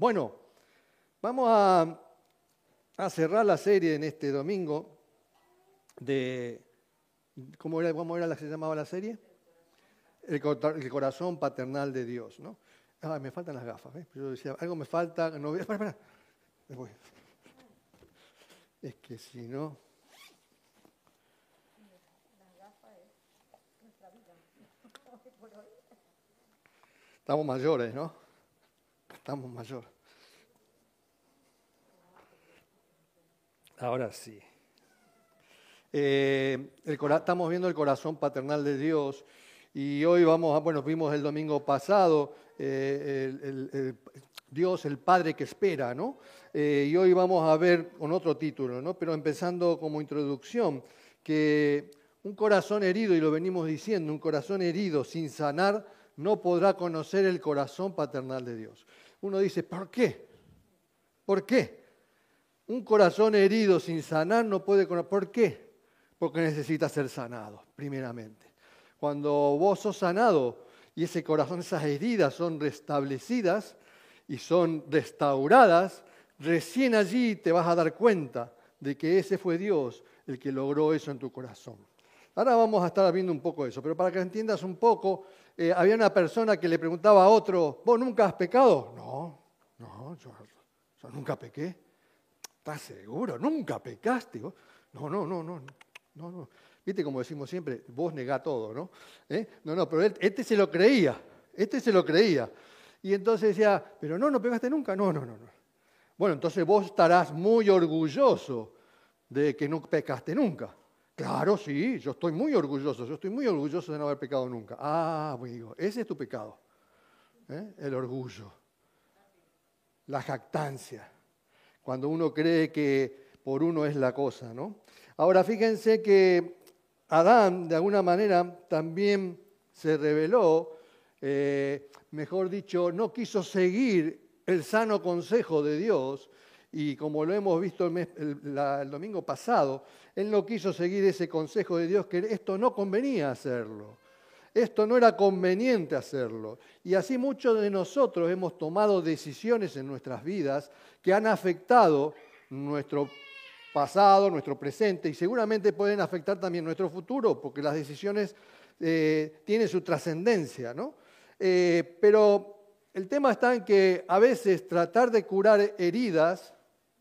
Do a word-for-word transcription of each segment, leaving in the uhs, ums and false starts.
Bueno, vamos a, a cerrar la serie en este domingo de... ¿Cómo era, cómo era la que se llamaba la serie? El, el corazón paternal de Dios, ¿no? Ah, me faltan las gafas, ¿ves? Yo decía, algo me falta... No, espera, espera. Me voy. Es que si no... Estamos mayores, ¿no? Estamos mayores. Ahora sí. Eh, el, estamos viendo el corazón paternal de Dios y hoy vamos a, bueno, vimos el domingo pasado eh, el, el, el, Dios, el Padre que espera, ¿no? Eh, y hoy vamos a ver con otro título, ¿no? Pero empezando como introducción, que un corazón herido, y lo venimos diciendo, un corazón herido sin sanar no podrá conocer el corazón paternal de Dios. Uno dice, ¿por qué? ¿Por qué? Un corazón herido sin sanar no puede conocer. ¿Por qué? Porque necesita ser sanado, primeramente. Cuando vos sos sanado y ese corazón, esas heridas son restablecidas y son restauradas, recién allí te vas a dar cuenta de que ese fue Dios el que logró eso en tu corazón. Ahora vamos a estar viendo un poco eso, pero para que entiendas un poco, eh, había una persona que le preguntaba a otro, ¿vos nunca has pecado? No, no, yo, yo nunca pequé. ¿Estás seguro? ¿Nunca pecaste? No, no, no, no, no, no. Viste como decimos siempre, vos negá todo, ¿no? ¿Eh? No, no, pero él, este se lo creía, este se lo creía. Y entonces decía, pero no, ¿no pegaste nunca? No, no, no, no. Bueno, entonces vos estarás muy orgulloso de que no pecaste nunca. Claro, sí, yo estoy muy orgulloso, yo estoy muy orgulloso de no haber pecado nunca. Ah, amigo, ese es tu pecado. ¿Eh? El orgullo, la jactancia. Cuando uno cree que por uno es la cosa, ¿no? Ahora, fíjense que Adán, de alguna manera, también se rebeló, eh, mejor dicho, no quiso seguir el sano consejo de Dios, y como lo hemos visto el, mes, el, la, el domingo pasado, él no quiso seguir ese consejo de Dios, que esto no convenía hacerlo. Esto no era conveniente hacerlo. Y así muchos de nosotros hemos tomado decisiones en nuestras vidas que han afectado nuestro pasado, nuestro presente, y seguramente pueden afectar también nuestro futuro, porque las decisiones eh, tienen su trascendencia, ¿no? Eh, pero el tema está en que a veces tratar de curar heridas,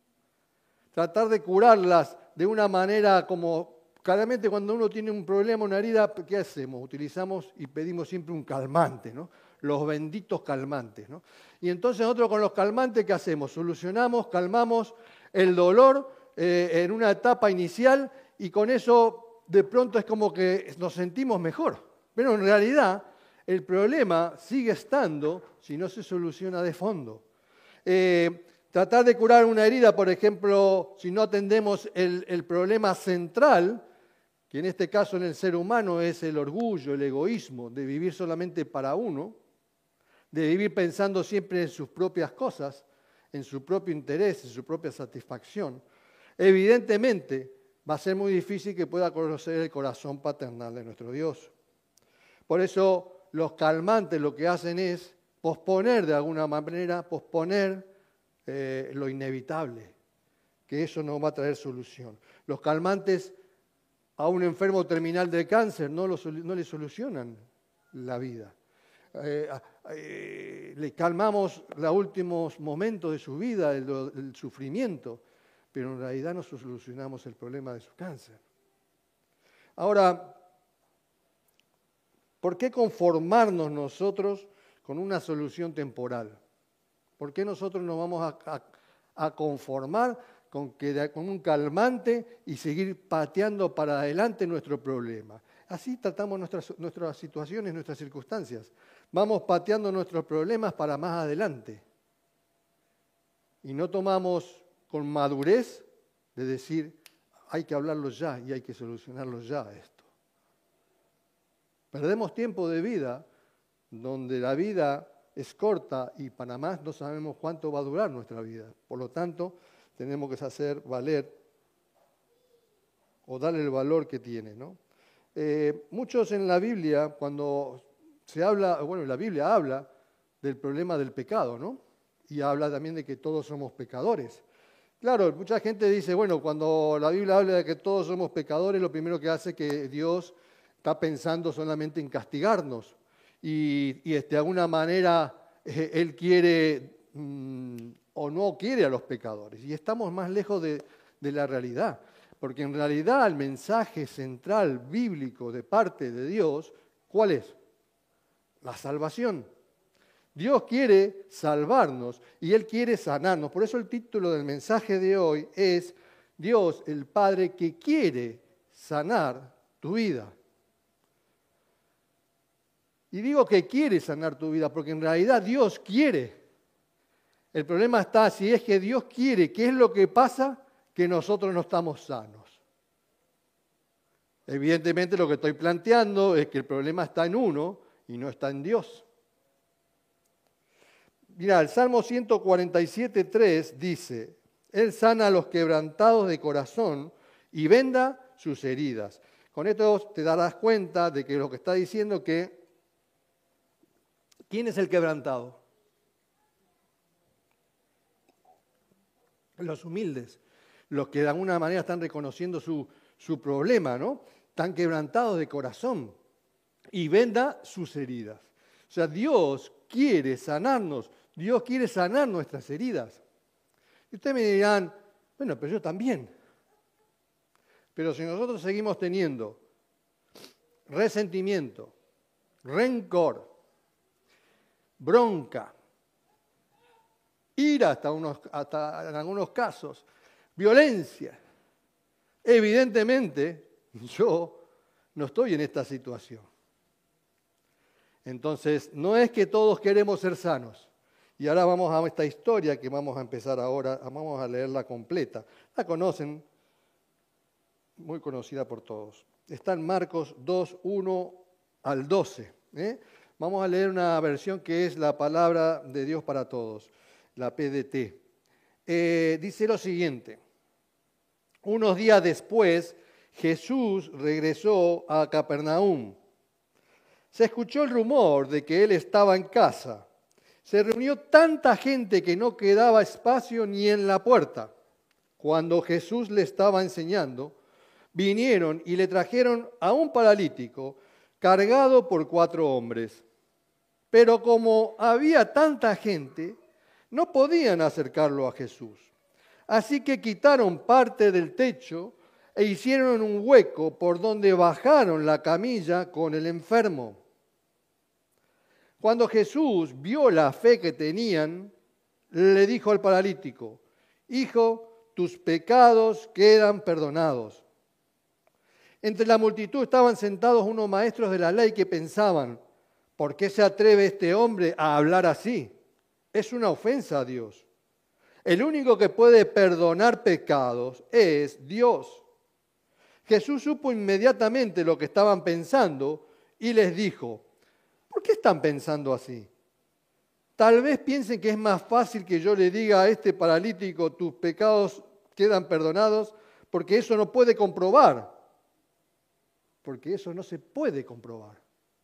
tratar de curarlas de una manera como... Claramente cuando uno tiene un problema, una herida, ¿qué hacemos? Utilizamos y pedimos siempre un calmante, ¿no? Los benditos calmantes, ¿no? Y entonces nosotros con los calmantes, ¿qué hacemos? Solucionamos, calmamos el dolor eh, en una etapa inicial y con eso de pronto es como que nos sentimos mejor. Pero en realidad el problema sigue estando si no se soluciona de fondo. Eh, tratar de curar una herida, por ejemplo, si no atendemos el, el problema central, que en este caso en el ser humano es el orgullo, el egoísmo, de vivir solamente para uno, de vivir pensando siempre en sus propias cosas, en su propio interés, en su propia satisfacción, evidentemente va a ser muy difícil que pueda conocer el corazón paternal de nuestro Dios. Por eso los calmantes lo que hacen es posponer de alguna manera, posponer eh, lo inevitable, que eso no va a traer solución. Los calmantes a un enfermo terminal de cáncer no, lo, no le solucionan la vida. Eh, eh, le calmamos los últimos momentos de su vida, el, el sufrimiento, pero en realidad no solucionamos el problema de su cáncer. Ahora, ¿por qué conformarnos nosotros con una solución temporal? ¿Por qué nosotros nos vamos a, a, a conformar con, que, con un calmante y seguir pateando para adelante nuestro problema? Así tratamos nuestras, nuestras situaciones, nuestras circunstancias. Vamos pateando nuestros problemas para más adelante. Y no tomamos con madurez de decir, hay que hablarlo ya y hay que solucionarlo ya esto. Perdemos tiempo de vida donde la vida es corta y para más no sabemos cuánto va a durar nuestra vida. Por lo tanto, tenemos que hacer valer o darle el valor que tiene, ¿no? Eh, muchos en la Biblia, cuando se habla, bueno, la Biblia habla del problema del pecado, ¿no? y habla también de que todos somos pecadores. Claro, mucha gente dice, bueno, cuando la Biblia habla de que todos somos pecadores, lo primero que hace es que Dios está pensando solamente en castigarnos. Y, y este, de alguna manera eh, Él quiere mmm, o no quiere a los pecadores. Y estamos más lejos de, de la realidad. Porque en realidad el mensaje central bíblico de parte de Dios, ¿cuál es? La salvación. Dios quiere salvarnos y Él quiere sanarnos. Por eso el título del mensaje de hoy es Dios, el Padre que quiere sanar tu vida. Y digo que quiere sanar tu vida porque en realidad Dios quiere. El problema está si es que Dios quiere, ¿qué es lo que pasa? Que nosotros no estamos sanos. Evidentemente lo que estoy planteando es que el problema está en uno y no está en Dios. Mira, el Salmo ciento cuarenta y siete, tres dice, Él sana a los quebrantados de corazón y venda sus heridas. Con esto te darás cuenta de que lo que está diciendo es que, ¿quién es el quebrantado? Los humildes, los que de alguna manera están reconociendo su, su problema, ¿no? Están quebrantados de corazón y venda sus heridas. O sea, Dios quiere sanarnos. Dios quiere sanar nuestras heridas. Y ustedes me dirán, bueno, pero yo también. Pero si nosotros seguimos teniendo resentimiento, rencor, bronca, ira hasta, unos, hasta en algunos casos, violencia, evidentemente yo no estoy en esta situación. Entonces, no es que todos queremos ser sanos. Y ahora vamos a esta historia que vamos a empezar ahora, vamos a leerla completa. La conocen, muy conocida por todos. Está en Marcos dos, uno al doce. ¿eh? Vamos a leer una versión que es la palabra de Dios para todos, la P D T. Eh, dice lo siguiente. Unos días después, Jesús regresó a Capernaum. Se escuchó el rumor de que él estaba en casa. Se reunió tanta gente que no quedaba espacio ni en la puerta. Cuando Jesús le estaba enseñando, vinieron y le trajeron a un paralítico cargado por cuatro hombres. Pero como había tanta gente, no podían acercarlo a Jesús. Así que quitaron parte del techo e hicieron un hueco por donde bajaron la camilla con el enfermo. Cuando Jesús vio la fe que tenían, le dijo al paralítico, Hijo, tus pecados quedan perdonados. Entre la multitud estaban sentados unos maestros de la ley que pensaban, ¿por qué se atreve este hombre a hablar así? Es una ofensa a Dios. El único que puede perdonar pecados es Dios. Jesús supo inmediatamente lo que estaban pensando y les dijo, ¿por qué están pensando así? Tal vez piensen que es más fácil que yo le diga a este paralítico, tus pecados quedan perdonados, porque eso no puede comprobar. Porque eso no se puede comprobar.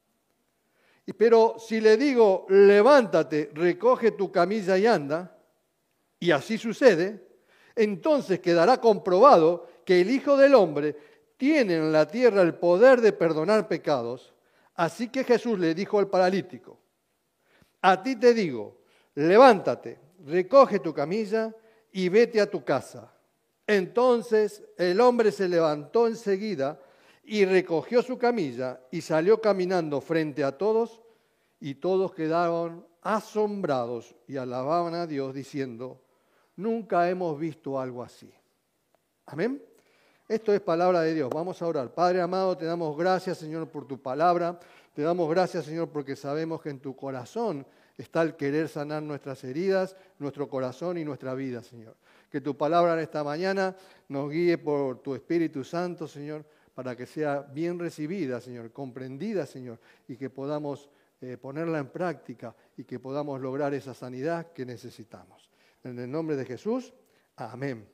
Pero si le digo, levántate, recoge tu camilla y anda, y así sucede, entonces quedará comprobado que el Hijo del Hombre tiene en la tierra el poder de perdonar pecados. Así que Jesús le dijo al paralítico, a ti te digo, levántate, recoge tu camilla y vete a tu casa. Entonces el hombre se levantó enseguida y recogió su camilla y salió caminando frente a todos, y todos quedaron asombrados y alababan a Dios diciendo, nunca hemos visto algo así. Amén. Esto es palabra de Dios. Vamos a orar. Padre amado, te damos gracias, Señor, por tu palabra. Te damos gracias, Señor, porque sabemos que en tu corazón está el querer sanar nuestras heridas, nuestro corazón y nuestra vida, Señor. Que tu palabra en esta mañana nos guíe por tu Espíritu Santo, Señor, para que sea bien recibida, Señor, comprendida, Señor, y que podamos eh, ponerla en práctica y que podamos lograr esa sanidad que necesitamos. En el nombre de Jesús, amén.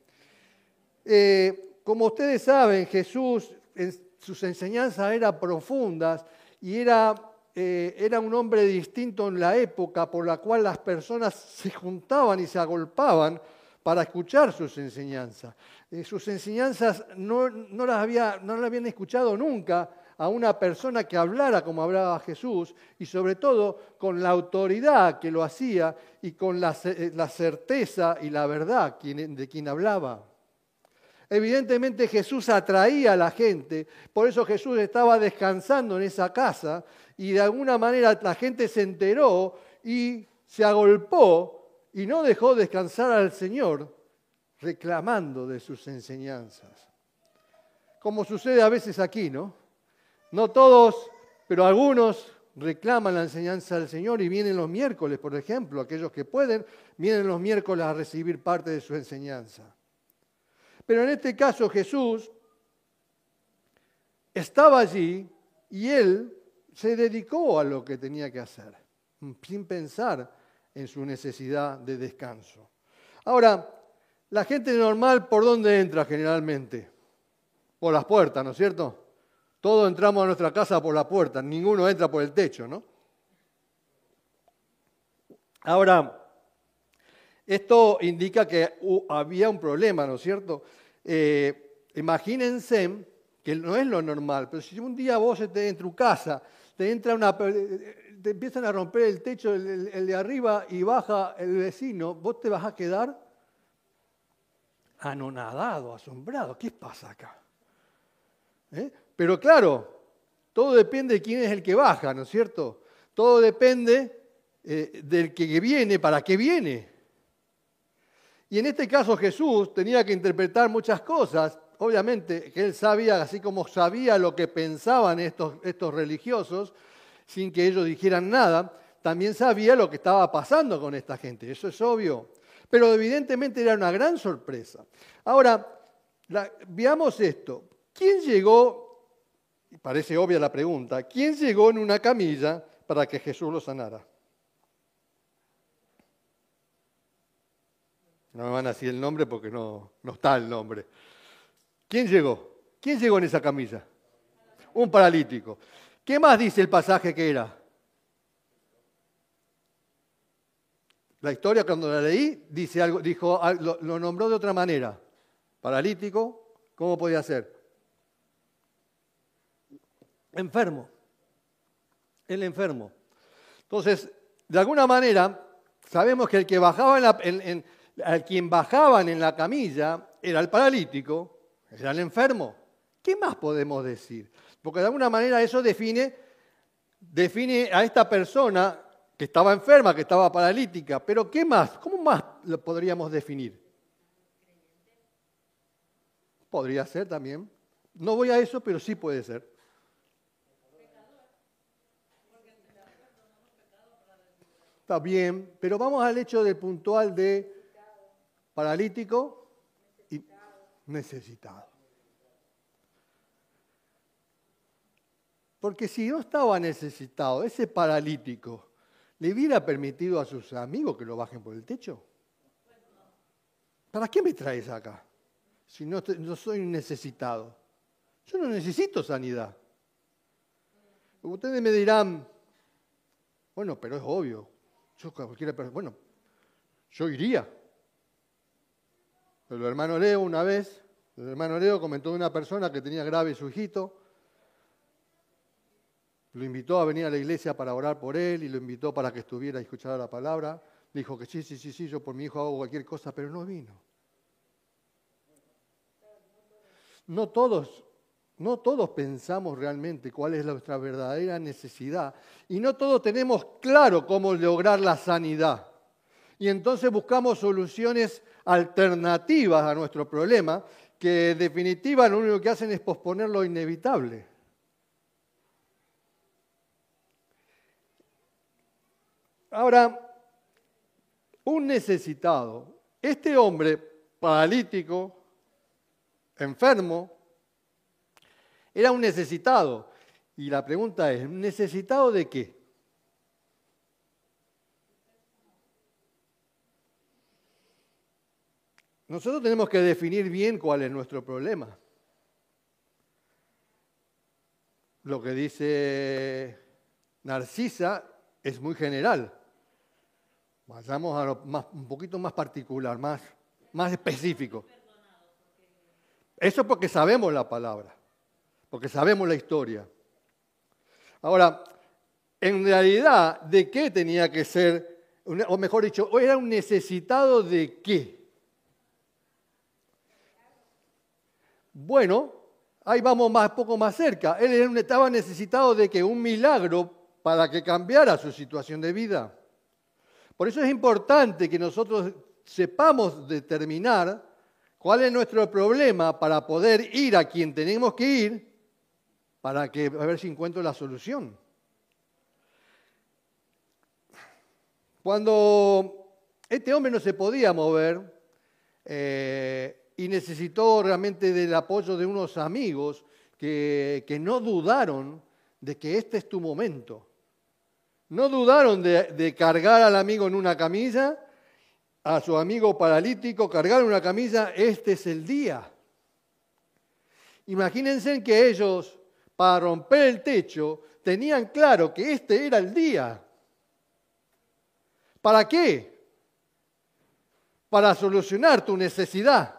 Eh, como ustedes saben, Jesús, en sus enseñanzas eran profundas y era eh, era un hombre distinto en la época por la cual las personas se juntaban y se agolpaban para escuchar sus enseñanzas. Eh, sus enseñanzas no, no, las había, no las habían escuchado nunca a una persona que hablara como hablaba Jesús y sobre todo con la autoridad que lo hacía y con la, la certeza y la verdad de quien hablaba. Evidentemente Jesús atraía a la gente, por eso Jesús estaba descansando en esa casa y de alguna manera la gente se enteró y se agolpó y no dejó descansar al Señor reclamando de sus enseñanzas. Como sucede a veces aquí, ¿no? No todos, pero algunos reclaman la enseñanza del Señor y vienen los miércoles, por ejemplo, aquellos que pueden, vienen los miércoles a recibir parte de su enseñanza. Pero en este caso Jesús estaba allí y Él se dedicó a lo que tenía que hacer, sin pensar en su necesidad de descanso. Ahora, la gente normal, ¿por dónde entra generalmente? Por las puertas, ¿no es cierto? Todos entramos a nuestra casa por la puerta, ninguno entra por el techo, ¿no? Ahora, esto indica que había un problema, ¿no es cierto? Eh, imagínense que no es lo normal, pero si un día vos estés en tu casa, te entra una, te empiezan a romper el techo, el, el, el de arriba, y baja el vecino, vos te vas a quedar anonadado, asombrado. ¿Qué pasa acá? ¿Eh? Pero claro, todo depende de quién es el que baja, ¿no es cierto? Todo depende eh, del que viene, para qué viene. Y en este caso Jesús tenía que interpretar muchas cosas. Obviamente que él sabía, así como sabía lo que pensaban estos, estos religiosos, sin que ellos dijeran nada, también sabía lo que estaba pasando con esta gente. Eso es obvio. Pero evidentemente era una gran sorpresa. Ahora, la, veamos esto. ¿Quién llegó? Parece obvia la pregunta. ¿Quién llegó en una camilla para que Jesús lo sanara? No me van a decir el nombre porque no, no está el nombre. ¿Quién llegó? ¿Quién llegó en esa camilla? Un paralítico. ¿Qué más dice el pasaje que era? La historia cuando la leí dice algo, dijo, lo, lo nombró de otra manera. Paralítico, ¿cómo podía ser? Enfermo. El enfermo. Entonces, de alguna manera, sabemos que el que bajaba en la, en, en, al quien bajaban en la camilla era el paralítico, era el enfermo. ¿Qué más podemos decir? Porque de alguna manera eso define, define a esta persona que estaba enferma, que estaba paralítica. Pero ¿qué más? ¿Cómo más lo podríamos definir? Podría ser también. No voy a eso, pero sí puede ser. Está bien, pero vamos al hecho del puntual de paralítico y necesitado. Porque si no estaba necesitado, ese paralítico, ¿le hubiera permitido a sus amigos que lo bajen por el techo? ¿Para qué me traes acá? Si no, no soy necesitado. Yo no necesito sanidad. Ustedes me dirán, bueno, pero es obvio. Yo cualquiera, bueno, yo iría. Pero el hermano Leo una vez, el hermano Leo comentó de una persona que tenía grave su hijito, lo invitó a venir a la iglesia para orar por él y lo invitó para que estuviera y escuchara la palabra. Le dijo que sí, sí, sí, sí, yo por mi hijo hago cualquier cosa, pero no vino. No todos, no todos pensamos realmente cuál es nuestra verdadera necesidad y no todos tenemos claro cómo lograr la sanidad. Y entonces buscamos soluciones alternativas a nuestro problema que en definitiva lo único que hacen es posponer lo inevitable. Ahora, un necesitado, este hombre paralítico, enfermo, era un necesitado. Y la pregunta es, ¿necesitado de qué? Nosotros tenemos que definir bien cuál es nuestro problema. Lo que dice Narcisa es muy general. Vayamos a lo más, un poquito más particular, más, más específico. Eso porque sabemos la palabra, porque sabemos la historia. Ahora, en realidad, ¿de qué tenía que ser? O mejor dicho, ¿era un necesitado de qué? Bueno, ahí vamos más poco más cerca. Él estaba necesitado de que un milagro para que cambiara su situación de vida. Por eso es importante que nosotros sepamos determinar cuál es nuestro problema para poder ir a quien tenemos que ir para que, a ver si encuentro la solución. Cuando este hombre no se podía mover eh, y necesitó realmente del apoyo de unos amigos que, que no dudaron de que este es tu momento. No dudaron de, de cargar al amigo en una camilla, a su amigo paralítico, cargar en una camilla, este es el día. Imagínense que ellos, para romper el techo, tenían claro que este era el día. ¿Para qué? Para solucionar tu necesidad.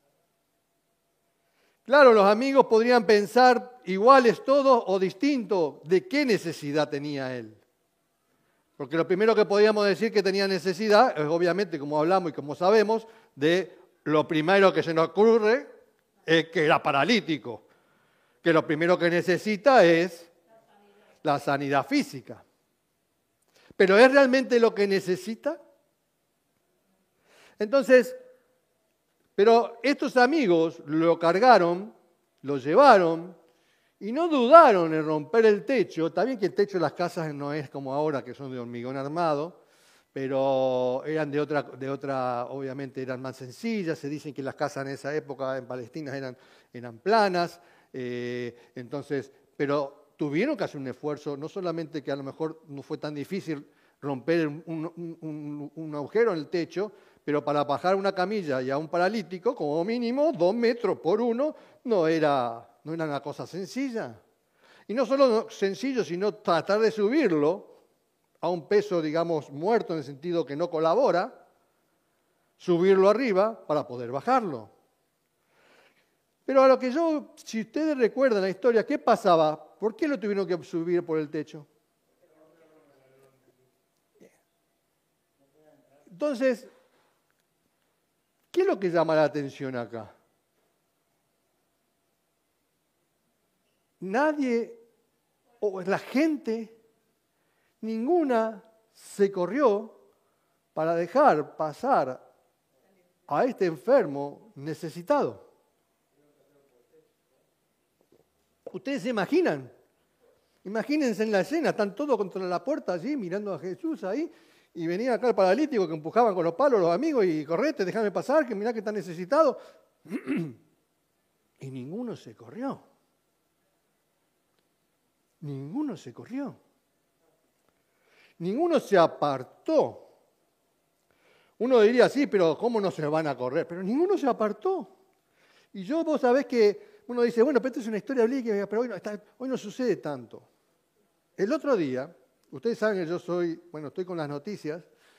Claro, los amigos podrían pensar iguales todos o distintos de qué necesidad tenía él. Porque lo primero que podíamos decir que tenía necesidad es, obviamente, como hablamos y como sabemos, de lo primero que se nos ocurre es que era paralítico. Que lo primero que necesita es la sanidad física. ¿Pero es realmente lo que necesita? Entonces, pero estos amigos lo cargaron, lo llevaron y no dudaron en romper el techo. Está bien que el techo de las casas no es como ahora, que son de hormigón armado, pero eran de otra, de otra, obviamente eran más sencillas. Se dicen que las casas en esa época en Palestina eran, eran planas. Eh, entonces, pero tuvieron que hacer un esfuerzo, no solamente que a lo mejor no fue tan difícil romper un, un, un, un agujero en el techo, pero para bajar una camilla y a un paralítico, como mínimo, dos metros por uno, no era, no era una cosa sencilla. Y no solo sencillo, sino tratar de subirlo a un peso, digamos, muerto, en el sentido que no colabora, subirlo arriba para poder bajarlo. Pero a lo que yo, si ustedes recuerdan la historia, ¿qué pasaba? ¿Por qué lo tuvieron que subir por el techo? Entonces, ¿qué es lo que llama la atención acá? Nadie, o la gente, ninguna se corrió para dejar pasar a este enfermo necesitado. ¿Ustedes se imaginan? Imagínense en la escena, están todos contra la puerta allí, mirando a Jesús ahí, y venía acá el paralítico que empujaban con los palos los amigos, y correte, déjame pasar, que mirá que está necesitado. Y ninguno se corrió. Ninguno se corrió. Ninguno se apartó. Uno diría, sí, pero ¿cómo no se van a correr? Pero ninguno se apartó. Y yo, vos sabés que uno dice, bueno, pero esto es una historia bíblica, pero hoy no, está, hoy no sucede tanto. El otro día, ustedes saben que yo soy, bueno, estoy con las noticias.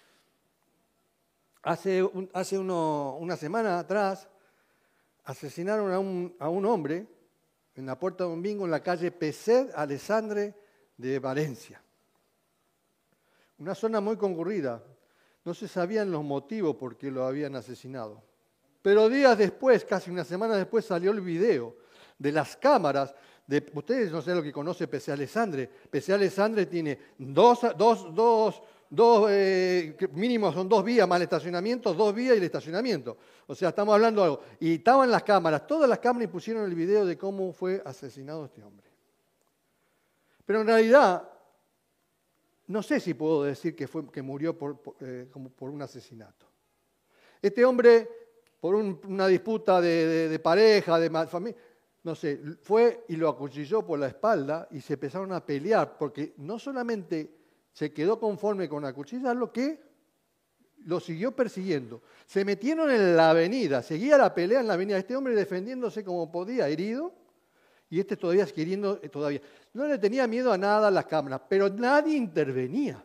Hace, un, hace uno, una semana atrás asesinaron a un, a un hombre en la Puerta de un Bingo en la calle Pesed Alessandre de Valencia. Una zona muy concurrida. No se sabían los motivos por qué lo habían asesinado. Pero días después, casi una semana después, salió el video de las cámaras. De, ustedes no sé lo que conoce Pesed Alessandre. Pesed Alessandre tiene dos, dos, dos, dos eh, mínimo son dos vías más el estacionamiento, dos vías y el estacionamiento. O sea, estamos hablando de algo. Y estaban las cámaras, todas las cámaras, y pusieron el video de cómo fue asesinado este hombre. Pero en realidad, no sé si puedo decir que, fue, que murió por, por, eh, como por un asesinato. Este hombre, por un, una disputa de, de, de pareja, de familia, no sé, fue y lo acuchilló por la espalda y se empezaron a pelear, porque no solamente se quedó conforme con acuchillarlo, que lo siguió persiguiendo. Se metieron en la avenida, seguía la pelea en la avenida, este hombre defendiéndose como podía, herido, Y este todavía queriendo, todavía. No le tenía miedo a nada a las cámaras, pero nadie intervenía.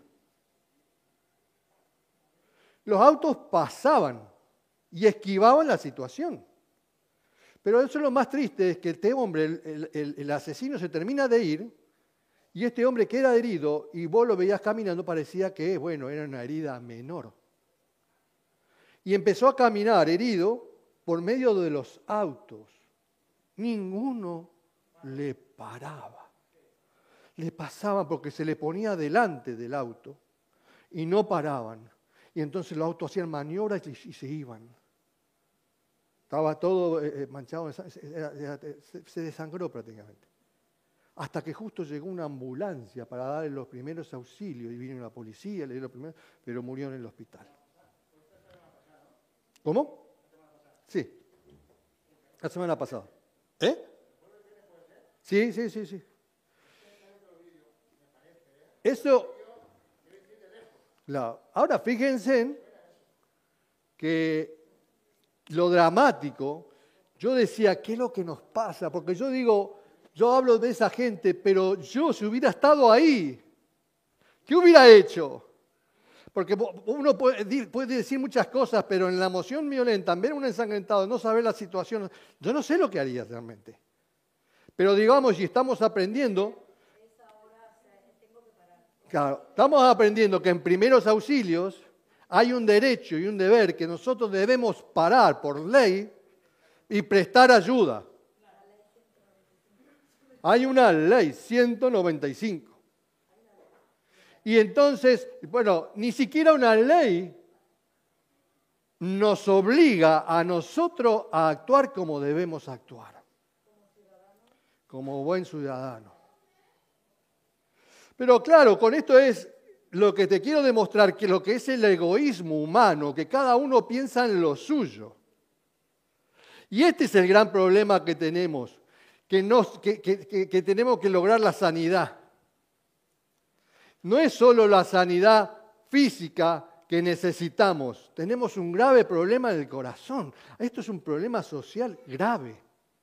Los autos pasaban y esquivaban la situación. Pero eso es lo más triste, es que este hombre, el, el, el asesino, se termina de ir y este hombre queda herido y vos lo veías caminando, parecía que, bueno, era una herida menor. Y empezó a caminar herido por medio de los autos. Ninguno le paraba. Le pasaban porque se le ponía delante del auto y no paraban. Y entonces los autos hacían maniobras y, y se iban. Estaba todo eh, manchado, se, se, se desangró prácticamente. Hasta que justo llegó una ambulancia para darle los primeros auxilios y vino la policía, le dio los primeros, pero murió en el hospital. ¿Cómo? Sí. La semana pasada. ¿Eh? Sí, sí, sí, sí. Eso. La, ahora fíjense que lo dramático, yo decía, ¿qué es lo que nos pasa? Porque yo digo, yo hablo de esa gente, pero yo si hubiera estado ahí, ¿qué hubiera hecho? Porque uno puede, puede decir muchas cosas, pero en la emoción violenta, en ver un ensangrentado, no saber la situación, yo no sé lo que haría realmente. Pero digamos, y estamos aprendiendo, claro, estamos aprendiendo que en primeros auxilios hay un derecho y un deber que nosotros debemos parar por ley y prestar ayuda. Hay una ley ciento noventa y cinco. Y entonces, bueno, ni siquiera una ley nos obliga a nosotros a actuar como debemos actuar, como buen ciudadano. Pero claro, con esto es lo que te quiero demostrar, que lo que es el egoísmo humano, que cada uno piensa en lo suyo. Y este es el gran problema que tenemos, que, nos, que, que, que, que tenemos que lograr la sanidad. No es solo la sanidad física que necesitamos, tenemos un grave problema en el corazón. Esto es un problema social grave.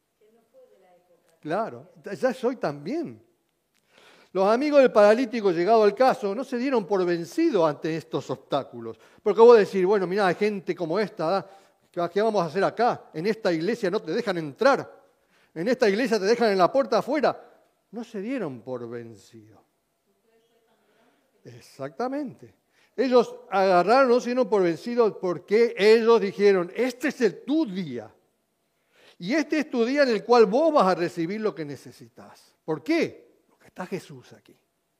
Claro, ya soy también. Los amigos del paralítico, llegado al caso, no se dieron por vencidos ante estos obstáculos. Porque vos decís, bueno, mirá, hay gente como esta, ¿eh? ¿Qué vamos a hacer acá? En esta iglesia no te dejan entrar. En esta iglesia te dejan en la puerta afuera. No se dieron por vencidos. Exactamente. Ellos agarraron, no se dieron por vencidos porque ellos dijeron, este es el tu día. Y este es tu día en el cual vos vas a recibir lo que necesitas. ¿Por qué? Está Jesús aquí.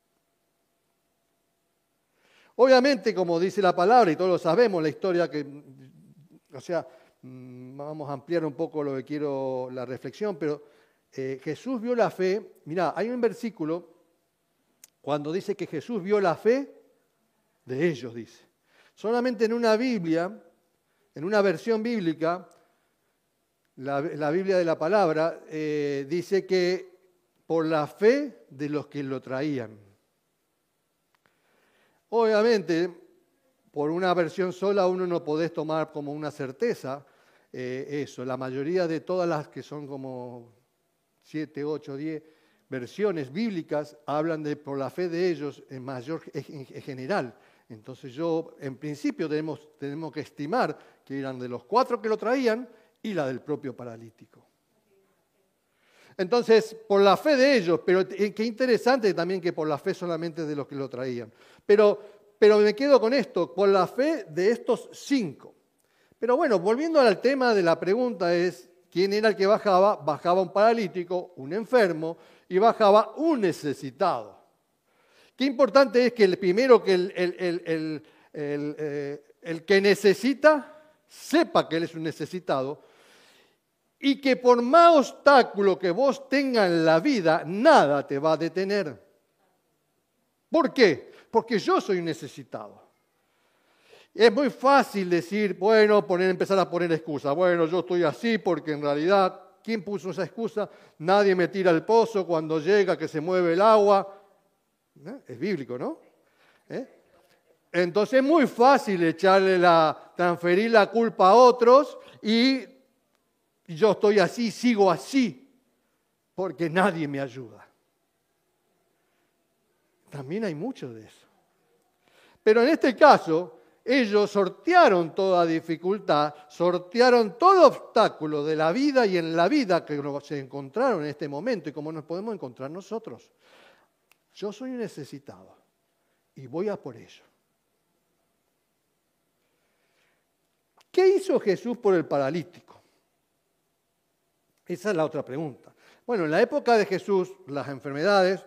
Obviamente, como dice la palabra, y todos lo sabemos, la historia que, o sea, vamos a ampliar un poco lo que quiero, la reflexión, pero eh, Jesús vio la fe. Mirá, hay un versículo cuando dice que Jesús vio la fe de ellos, dice. Solamente en una Biblia, en una versión bíblica, la, la Biblia de la palabra, eh, dice que por la fe de los que lo traían. Obviamente, por una versión sola uno no podés tomar como una certeza eh, eso. La mayoría de todas las que son como siete, ocho, diez versiones bíblicas hablan de por la fe de ellos en mayor en, en general. Entonces yo, en principio, tenemos, tenemos que estimar que eran de los cuatro que lo traían y la del propio paralítico. Entonces, por la fe de ellos, pero qué interesante también que por la fe solamente de los que lo traían. Pero, pero me quedo con esto, por la fe de estos cinco. Pero bueno, volviendo al tema de la pregunta es, ¿quién era el que bajaba? Bajaba un paralítico, un enfermo, y bajaba un necesitado. Qué importante es que el primero, que el, el, el, el, el, eh, el que necesita, sepa que él es un necesitado, y que por más obstáculo que vos tengas en la vida, nada te va a detener. ¿Por qué? Porque yo soy necesitado. Es muy fácil decir, bueno, poner, empezar a poner excusas. Bueno, yo estoy así porque en realidad, ¿quién puso esa excusa? Nadie me tira al pozo cuando llega, que se mueve el agua. ¿Eh? Es bíblico, ¿no? ¿Eh? Entonces es muy fácil echarle la, transferir la culpa a otros y yo estoy así, sigo así. porque nadie me ayuda. También hay mucho de eso. Pero en este caso, ellos sortearon toda dificultad, sortearon todo obstáculo de la vida y en la vida que se encontraron en este momento y como nos podemos encontrar nosotros. Yo soy necesitado y voy a por ello. ¿Qué hizo Jesús por el paralítico? Esa es la otra pregunta. Bueno, en la época de Jesús, las enfermedades,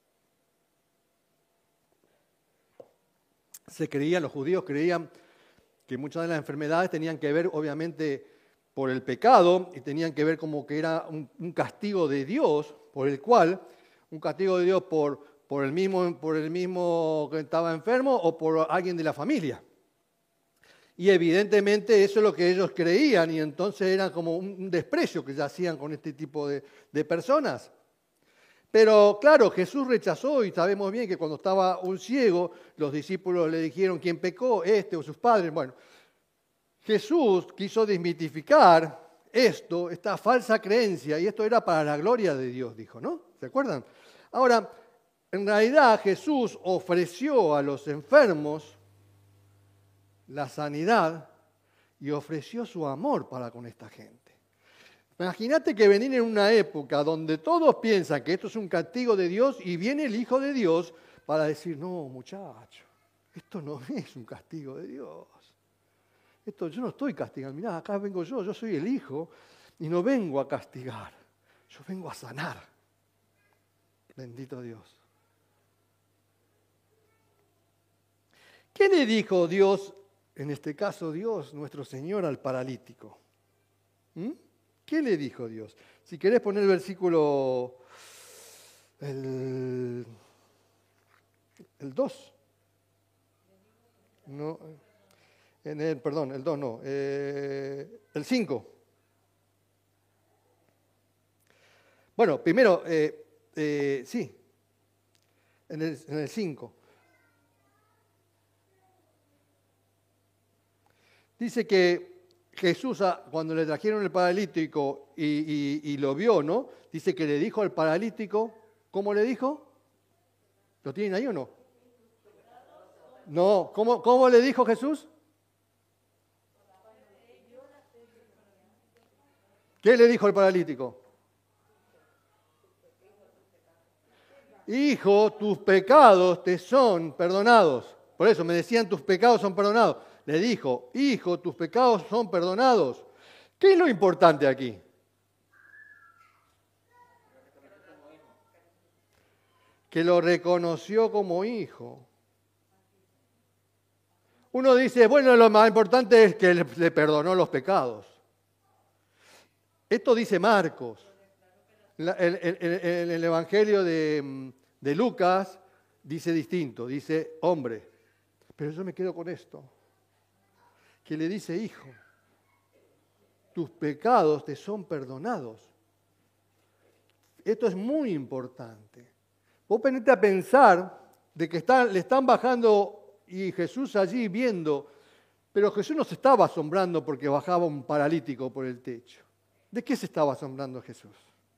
se creía, los judíos creían que muchas de las enfermedades tenían que ver, obviamente, por el pecado y tenían que ver como que era un, un castigo de Dios, por el cual, un castigo de Dios por, por, el mismo, por el mismo que estaba enfermo o por alguien de la familia. Y evidentemente eso es lo que ellos creían y entonces era como un desprecio que ya hacían con este tipo de, de personas. Pero claro, Jesús rechazó y sabemos bien que cuando estaba un ciego, los discípulos le dijeron, ¿quién pecó? ¿Este o sus padres? Bueno, Jesús quiso desmitificar esto, esta falsa creencia, y esto era para la gloria de Dios, dijo, ¿no? ¿Se acuerdan? Ahora, en realidad Jesús ofreció a los enfermos la sanidad y ofreció su amor para con esta gente. Imagínate que venir en una época donde todos piensan que esto es un castigo de Dios y viene el Hijo de Dios para decir, no, muchacho, esto no es un castigo de Dios. Esto yo no estoy castigando. Mirá, acá vengo yo, yo soy el Hijo y no vengo a castigar, yo vengo a sanar. Bendito Dios. ¿Qué le dijo Dios, en este caso Dios, nuestro Señor, al paralítico? ¿Mm? ¿Qué le dijo Dios? Si querés poner el versículo, el, el dos. No, en el, perdón, el dos no, eh, el cinco. Bueno, primero, eh, eh, sí, en el, en el cinco. Dice que Jesús, cuando le trajeron el paralítico y, y, y lo vio, ¿no? Dice que le dijo al paralítico, ¿cómo le dijo? ¿Lo tienen ahí o no? No, ¿cómo, cómo le dijo Jesús? ¿Qué le dijo al paralítico? Hijo, tus pecados te son perdonados. Por eso me decían, tus pecados son perdonados. Le dijo, hijo, tus pecados son perdonados. ¿Qué es lo importante aquí? Que lo reconoció como hijo. Uno dice, bueno, lo más importante es que le perdonó los pecados. Esto dice Marcos. En el, el, el, el Evangelio de, de Lucas dice distinto, dice hombre. Pero yo me quedo con esto. Que le dice, hijo, tus pecados te son perdonados. Esto es muy importante. Vos venite a pensar de que están, le están bajando y Jesús allí viendo, pero Jesús no se estaba asombrando porque bajaba un paralítico por el techo. ¿De qué se estaba asombrando Jesús?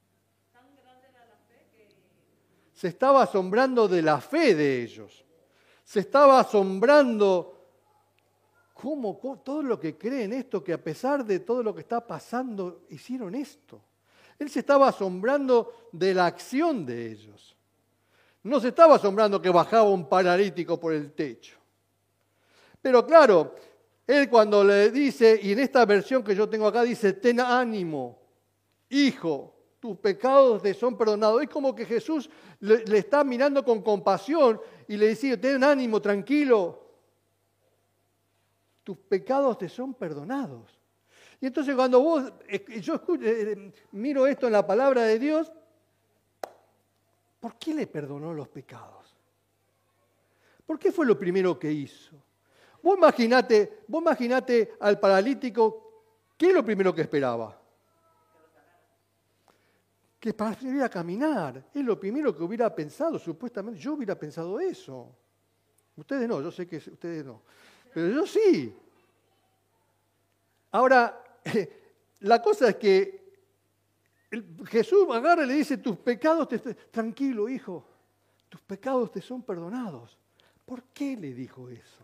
Se estaba asombrando de la fe de ellos. Se estaba asombrando ¿Cómo, cómo todo lo que creen esto, que a pesar de todo lo que está pasando, hicieron esto? Él se estaba asombrando de la acción de ellos. No se estaba asombrando que bajaba un paralítico por el techo. Pero claro, él cuando le dice, y en esta versión que yo tengo acá dice, ten ánimo, hijo, tus pecados te son perdonados. Es como que Jesús le, le está mirando con compasión y le dice, ten ánimo, tranquilo, tus pecados te son perdonados. Y entonces cuando vos, yo escucho, miro esto en la palabra de Dios, ¿por qué le perdonó los pecados? ¿Por qué fue lo primero que hizo? Vos imaginate, vos imaginate al paralítico, ¿qué es lo primero que esperaba? Que pudiera a caminar. Es lo primero que hubiera pensado, supuestamente. Yo hubiera pensado eso. Ustedes no, yo sé que ustedes no. Pero yo sí. Ahora, la cosa es que el- Jesús agarra y le dice, tus pecados te... Tranquilo, hijo, tus pecados te son perdonados. ¿Por qué le dijo eso?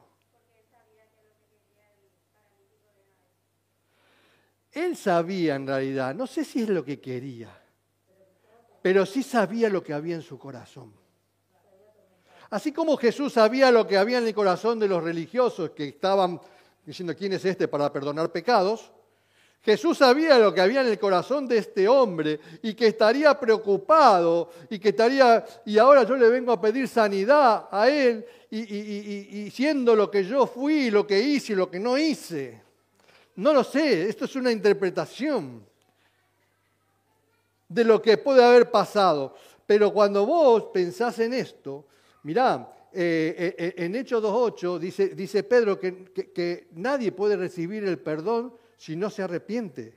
Él sabía en realidad, no sé si es lo que quería, pero sí sabía lo que había en su corazón. Así como Jesús sabía lo que había en el corazón de los religiosos que estaban diciendo, ¿quién es este para perdonar pecados? Jesús sabía lo que había en el corazón de este hombre y que estaría preocupado y que estaría, y ahora yo le vengo a pedir sanidad a él y, y, y, y siendo lo que yo fui, lo que hice y lo que no hice. No lo sé, esto es una interpretación de lo que puede haber pasado. Pero cuando vos pensás en esto, mirá, eh, eh, en Hechos dos ocho dice, dice Pedro que, que, que nadie puede recibir el perdón si no se arrepiente.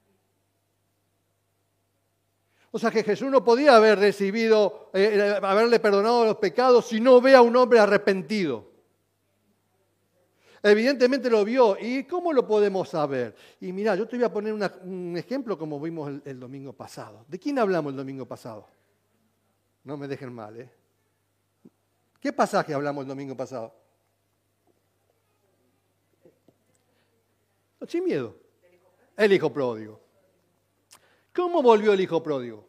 O sea que Jesús no podía haber recibido, eh, haberle perdonado los pecados si no ve a un hombre arrepentido. Evidentemente lo vio. ¿Y cómo lo podemos saber? Y mirá, yo te voy a poner una, un ejemplo como vimos el, el domingo pasado. ¿De quién hablamos el domingo pasado? No me dejen mal, ¿eh? ¿Qué pasaje hablamos el domingo pasado? No, sin miedo. El hijo pródigo. ¿Cómo volvió el hijo pródigo?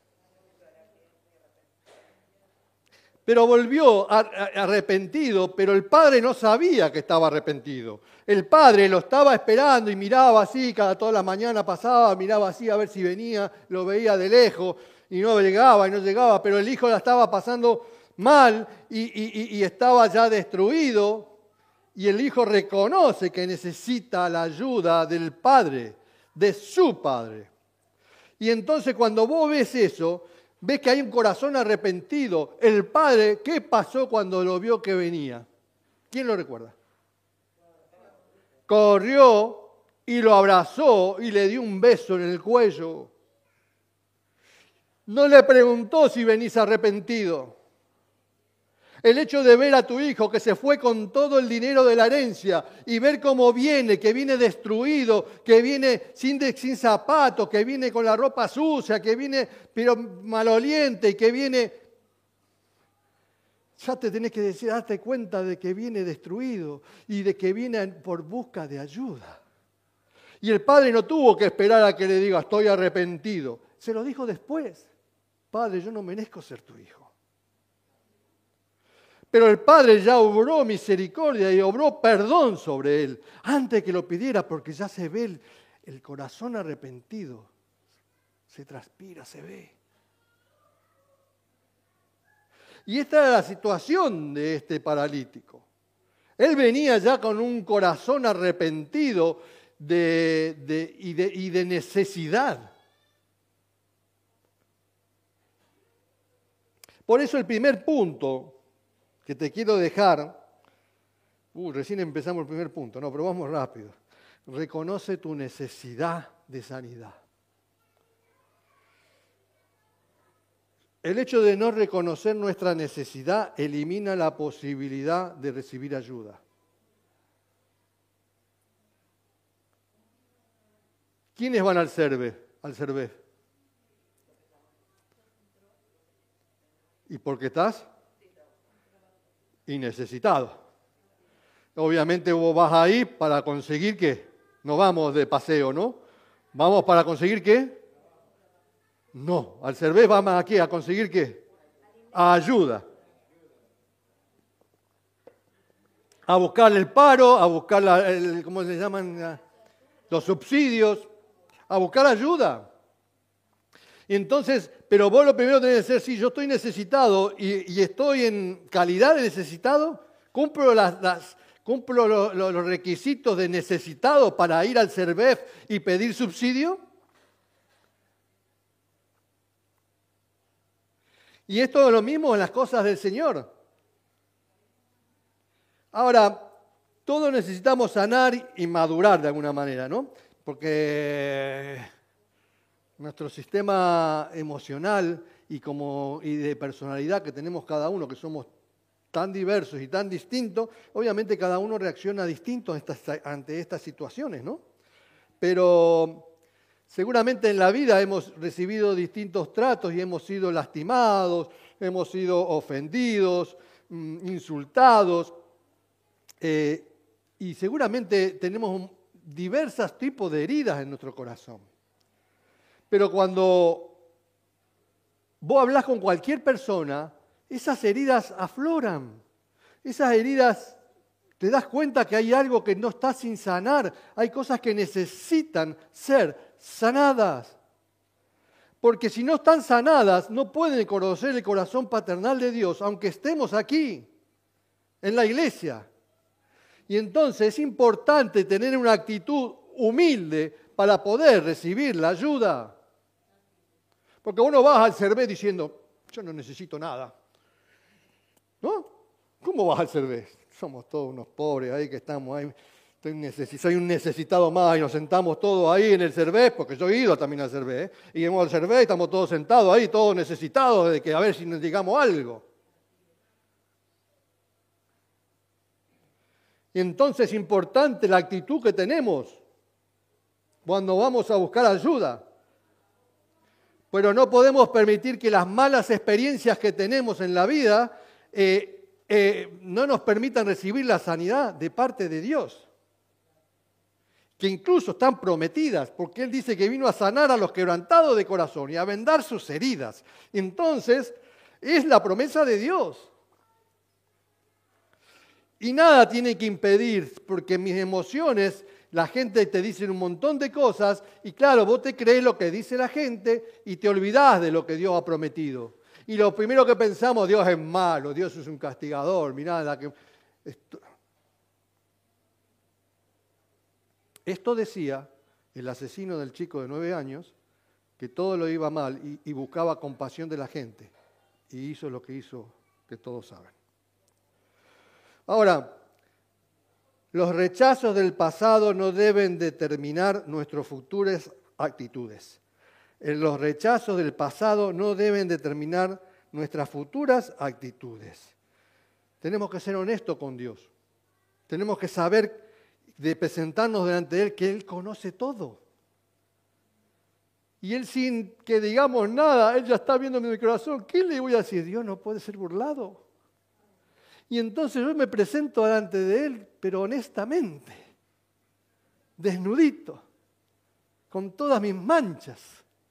Pero volvió arrepentido, pero el padre no sabía que estaba arrepentido. El padre lo estaba esperando y miraba así, cada toda la mañana pasaba, miraba así a ver si venía, lo veía de lejos y no llegaba y no llegaba, pero el hijo la estaba pasando mal y, y, y estaba ya destruido y el hijo reconoce que necesita la ayuda del padre, de su padre. Y entonces cuando vos ves eso, ves que hay un corazón arrepentido. El padre, ¿qué pasó cuando lo vio que venía? ¿Quién lo recuerda? Corrió y lo abrazó y le dio un beso en el cuello. No le preguntó si venís arrepentido. El hecho de ver a tu hijo que se fue con todo el dinero de la herencia y ver cómo viene, que viene destruido, que viene sin, de, sin zapatos, que viene con la ropa sucia, que viene pero maloliente y que viene... Ya te tenés que decir, date cuenta de que viene destruido y de que viene por busca de ayuda. Y el padre no tuvo que esperar a que le diga, estoy arrepentido. Se lo dijo después. Padre, yo no merezco ser tu hijo. Pero el Padre ya obró misericordia y obró perdón sobre él antes que lo pidiera, porque ya se ve el, el corazón arrepentido. Se transpira, se ve. Y esta era la situación de este paralítico. Él venía ya con un corazón arrepentido de, de, y, de, y de necesidad. Por eso el primer punto que te quiero dejar, uh, recién empezamos el primer punto, no, pero vamos rápido. Reconoce tu necesidad de sanidad. El hecho de no reconocer nuestra necesidad elimina la posibilidad de recibir ayuda. ¿Quiénes van al CERVE? Al CERVE. ¿Y por qué estás? Y necesitado. Obviamente vos vas ahí para conseguir ¿qué? No vamos de paseo, ¿no? ¿Vamos para conseguir qué? No, al CERVE vamos aquí a conseguir ¿qué? Ayuda. A buscar el paro, a buscar la, el, ¿cómo se llaman? Los subsidios, a buscar ayuda. Y entonces, pero vos lo primero tenés que decir, sí, yo estoy necesitado y, y estoy en calidad de necesitado, cumplo, las, las, cumplo lo, lo, los requisitos de necesitado para ir al CERVEF y pedir subsidio. Y esto es lo mismo en las cosas del Señor. Ahora, todos necesitamos sanar y madurar de alguna manera, ¿no? Porque nuestro sistema emocional y, como, y de personalidad que tenemos cada uno, que somos tan diversos y tan distintos, obviamente cada uno reacciona distinto ante estas, ante estas situaciones, ¿no? Pero Seguramente en la vida hemos recibido distintos tratos y hemos sido lastimados, hemos sido ofendidos, insultados, eh, y seguramente tenemos diversos tipos de heridas en nuestro corazón. Pero cuando vos hablas con cualquier persona, esas heridas afloran. Esas heridas, te das cuenta que hay algo que no está sin sanar. Hay cosas que necesitan ser sanadas. Porque si no están sanadas, no pueden conocer el corazón paternal de Dios, aunque estemos aquí, en la iglesia. Y entonces es importante tener una actitud humilde para poder recibir la ayuda. Porque uno va al Cervé diciendo, yo no necesito nada. ¿No? ¿Cómo vas al Cervé? Somos todos unos pobres ahí que estamos ahí. Estoy necesi- soy un necesitado más y nos sentamos todos ahí en el Cervé, porque yo he ido también al Cervé, ¿eh? Y vamos al Cervé y estamos todos sentados ahí, todos necesitados de que a ver si nos digamos algo. Y entonces es importante la actitud que tenemos cuando vamos a buscar ayuda. Pero no podemos permitir que las malas experiencias que tenemos en la vida eh, eh, no nos permitan recibir la sanidad de parte de Dios, que incluso están prometidas, porque Él dice que vino a sanar a los quebrantados de corazón y a vendar sus heridas. Entonces, es la promesa de Dios. Y nada tiene que impedir, porque mis emociones, la gente te dice un montón de cosas, y claro, vos te crees lo que dice la gente y te olvidás de lo que Dios ha prometido. Y lo primero que pensamos, Dios es malo, Dios es un castigador, mirá, la que... Esto... Esto decía el asesino del chico de nueve años, que todo lo iba mal y, y buscaba compasión de la gente, y hizo lo que hizo, que todos saben. Ahora, los rechazos del pasado no deben determinar nuestras futuras actitudes. Los rechazos del pasado no deben determinar nuestras futuras actitudes. Tenemos que ser honestos con Dios. Tenemos que saber de presentarnos delante de Él, que Él conoce todo. Y Él, sin que digamos nada, Él ya está viendo mi corazón. ¿Qué le voy a decir? Dios no puede ser burlado. Y entonces yo me presento delante de Él, pero honestamente, desnudito, con todas mis manchas.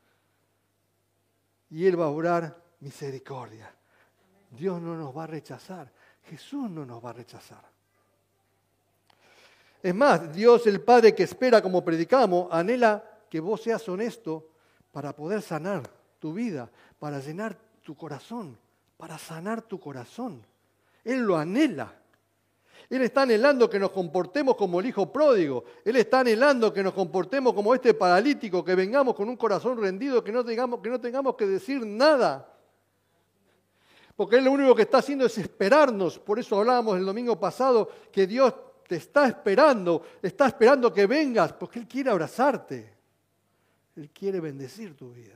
Y Él va a orar misericordia. Dios no nos va a rechazar. Jesús no nos va a rechazar. Es más, Dios el Padre que espera, como predicamos, anhela que vos seas honesto para poder sanar tu vida, para llenar tu corazón, para sanar tu corazón. Él lo anhela. Él está anhelando que nos comportemos como el hijo pródigo. Él está anhelando que nos comportemos como este paralítico, que vengamos con un corazón rendido, que no tengamos que, no tengamos que decir nada. Porque Él lo único que está haciendo es esperarnos. Por eso hablábamos el domingo pasado que Dios te está esperando, está esperando que vengas, porque Él quiere abrazarte. Él quiere bendecir tu vida.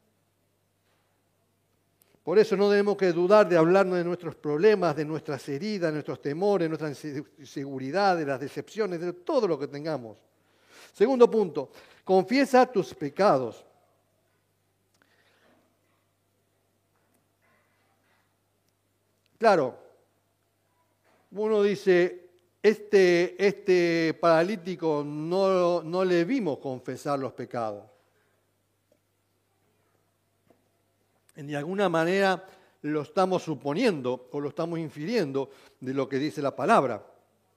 Por eso no debemos que dudar de hablarnos de nuestros problemas, de nuestras heridas, de nuestros temores, de nuestras inseguridades, de las decepciones, de todo lo que tengamos. Segundo punto, confiesa tus pecados. Claro, uno dice, este, este paralítico no, no le vimos confesar los pecados. De alguna manera lo estamos suponiendo o lo estamos infiriendo de lo que dice la palabra.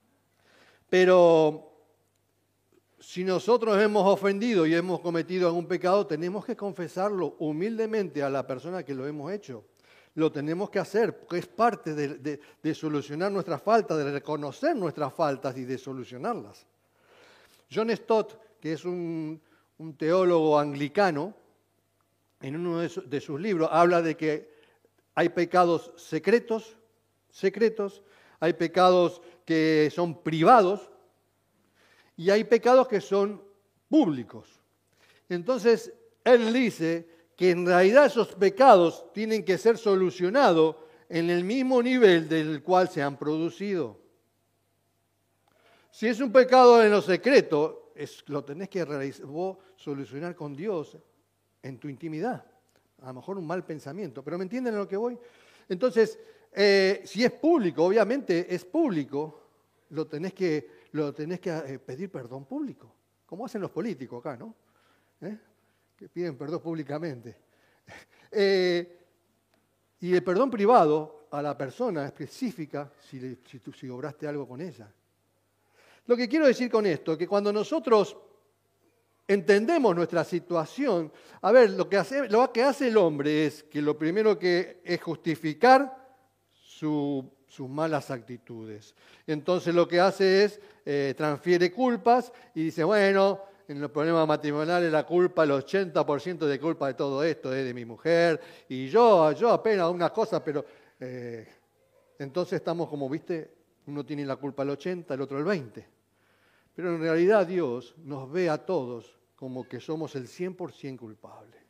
Pero si nosotros hemos ofendido y hemos cometido algún pecado, tenemos que confesarlo humildemente a la persona que lo hemos hecho. Lo tenemos que hacer, porque es parte de, de, de solucionar nuestras faltas, de reconocer nuestras faltas y de solucionarlas. John Stott, que es un, un teólogo anglicano, en uno de, su, de sus libros habla de que hay pecados secretos, secretos, hay pecados que son privados y hay pecados que son públicos. Entonces, él dice que en realidad esos pecados tienen que ser solucionados en el mismo nivel del cual se han producido. Si es un pecado en lo secreto, es, lo tenés que realizar, vos solucionar con Dios en tu intimidad. A lo mejor un mal pensamiento, pero ¿me entienden a lo que voy? Entonces, eh, si es público, obviamente es público, lo tenés que, lo tenés que eh, pedir perdón público, como hacen los políticos acá, ¿no? ¿Eh? Que piden perdón públicamente. Eh, y el perdón privado a la persona específica si, le, si, tú, si obraste algo con ella. Lo que quiero decir con esto es que cuando nosotros entendemos nuestra situación, a ver, lo que hace, lo que hace el hombre es que lo primero que es justificar su, sus malas actitudes. Entonces lo que hace es eh, transfiere culpas y dice, bueno, en los problemas matrimoniales la culpa, el ochenta por ciento de culpa de todo esto es de mi mujer, y yo, yo apenas unas cosas, pero eh, entonces estamos como, viste, uno tiene la culpa el ochenta, el otro el veinte. Pero en realidad Dios nos ve a todos como que somos el cien por ciento culpables.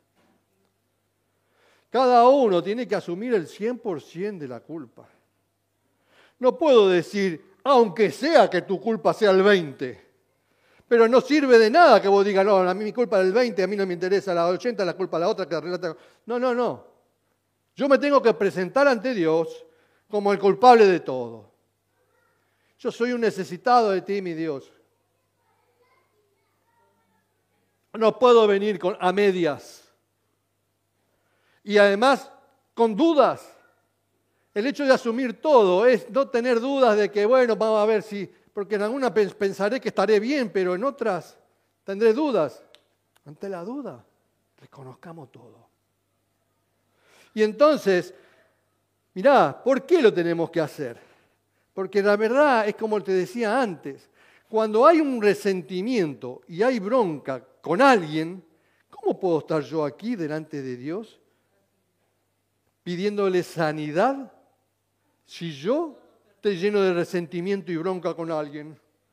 Cada uno tiene que asumir el cien por ciento de la culpa. No puedo decir, aunque sea que tu culpa sea el veinte, pero no sirve de nada que vos digas, no, a mí mi culpa es el veinte, a mí no me interesa la ochenta, la culpa es la otra que relata. No, no, no. Yo me tengo que presentar ante Dios como el culpable de todo. Yo soy un necesitado de ti, mi Dios. No puedo venir con, a medias. Y además, con dudas. El hecho de asumir todo es no tener dudas de que, bueno, vamos a ver si... Porque en algunas pensaré que estaré bien, pero en otras tendré dudas. Ante la duda, reconozcamos todo. Y entonces, mirá, ¿por qué lo tenemos que hacer? Porque la verdad es como te decía antes, cuando hay un resentimiento y hay bronca con alguien, ¿cómo puedo estar yo aquí delante de Dios pidiéndole sanidad si yo estoy lleno de resentimiento y bronca con alguien?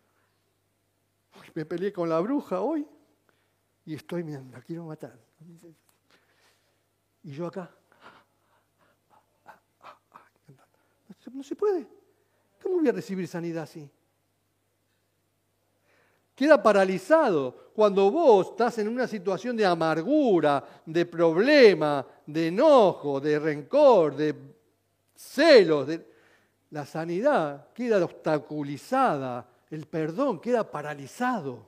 Me peleé con la bruja hoy y estoy, mira, la quiero matar. Y yo acá. No se puede. ¿Cómo voy a recibir sanidad así? Queda paralizado cuando vos estás en una situación de amargura, de problema, de enojo, de rencor, de celos. De... La sanidad queda obstaculizada, el perdón queda paralizado.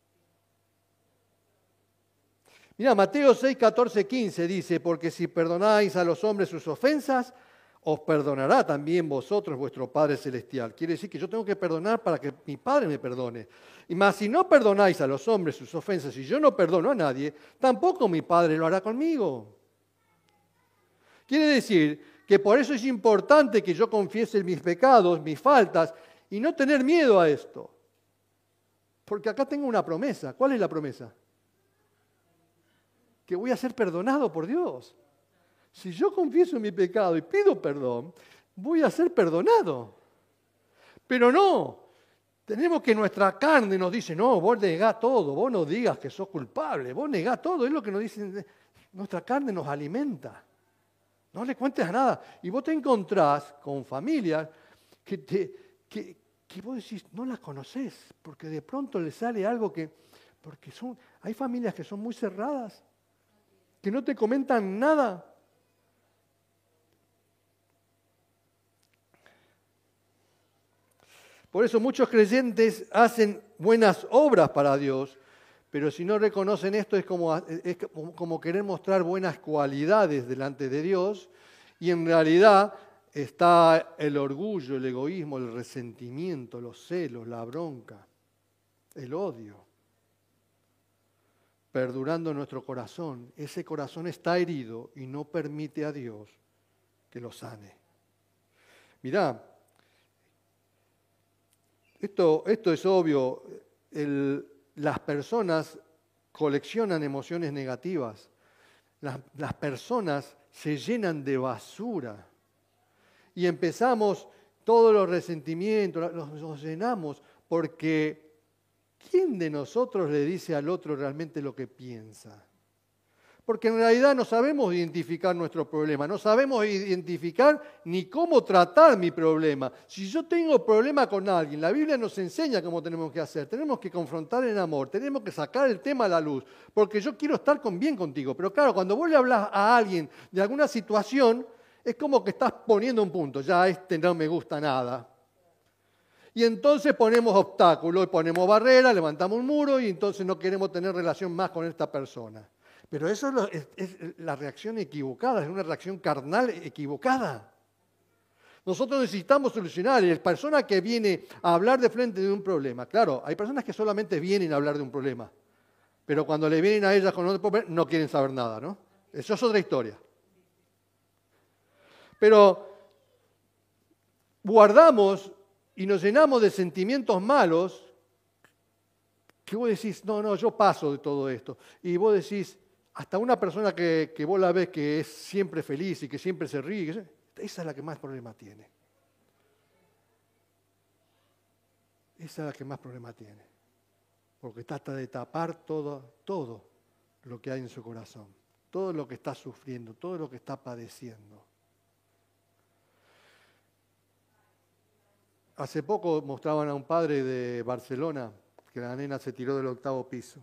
Mira, Mateo seis, catorce, quince dice, porque si perdonáis a los hombres sus ofensas, os perdonará también vosotros vuestro Padre Celestial. Quiere decir que yo tengo que perdonar para que mi Padre me perdone. Y más si no perdonáis a los hombres sus ofensas, y yo no perdono a nadie, tampoco mi Padre lo hará conmigo. Quiere decir que por eso es importante que yo confiese mis pecados, mis faltas, y no tener miedo a esto. Porque acá tengo una promesa. ¿Cuál es la promesa? Que voy a ser perdonado por Dios. Si yo confieso mi pecado y pido perdón, voy a ser perdonado. Pero no, tenemos que nuestra carne nos dice, no, vos negás todo, vos no digas que sos culpable, vos negás todo, es lo que nos dicen, nuestra carne nos alimenta. No le cuentes a nada. Y vos te encontrás con familias que, te, que, que vos decís, no las conocés, porque de pronto le sale algo que... Porque son, hay familias que son muy cerradas, que no te comentan nada. Por eso muchos creyentes hacen buenas obras para Dios, pero si no reconocen esto es como, es como querer mostrar buenas cualidades delante de Dios y en realidad está el orgullo, el egoísmo, el resentimiento, los celos, la bronca, el odio, perdurando en nuestro corazón. Ese corazón está herido y no permite a Dios que lo sane. Mirá, esto, esto es obvio, el, las personas coleccionan emociones negativas, las, las personas se llenan de basura y empezamos todos los resentimientos, los, los llenamos porque ¿quién de nosotros le dice al otro realmente lo que piensa? Porque en realidad no sabemos identificar nuestro problema, no sabemos identificar ni cómo tratar mi problema. Si yo tengo problema con alguien, la Biblia nos enseña cómo tenemos que hacer. Tenemos que confrontar en amor, tenemos que sacar el tema a la luz, porque yo quiero estar con bien contigo. Pero claro, cuando vos le hablas a alguien de alguna situación, es como que estás poniendo un punto, ya este no me gusta nada. Y entonces ponemos obstáculos, ponemos barreras, levantamos un muro y entonces no queremos tener relación más con esta persona. Pero eso es, lo, es, es la reacción equivocada, es una reacción carnal equivocada. Nosotros necesitamos solucionar. Y la persona que viene a hablar de frente de un problema, claro, hay personas que solamente vienen a hablar de un problema, pero cuando le vienen a ellas con otro problema, no quieren saber nada, ¿no? Eso es otra historia. Pero guardamos y nos llenamos de sentimientos malos que vos decís, no, no, yo paso de todo esto. Y vos decís, hasta una persona que, que vos la ves que es siempre feliz y que siempre se ríe, esa es la que más problemas tiene. Esa es la que más problemas tiene. Porque trata de tapar todo, todo lo que hay en su corazón, todo lo que está sufriendo, todo lo que está padeciendo. Hace poco mostraban a un padre de Barcelona que la nena se tiró del octavo piso.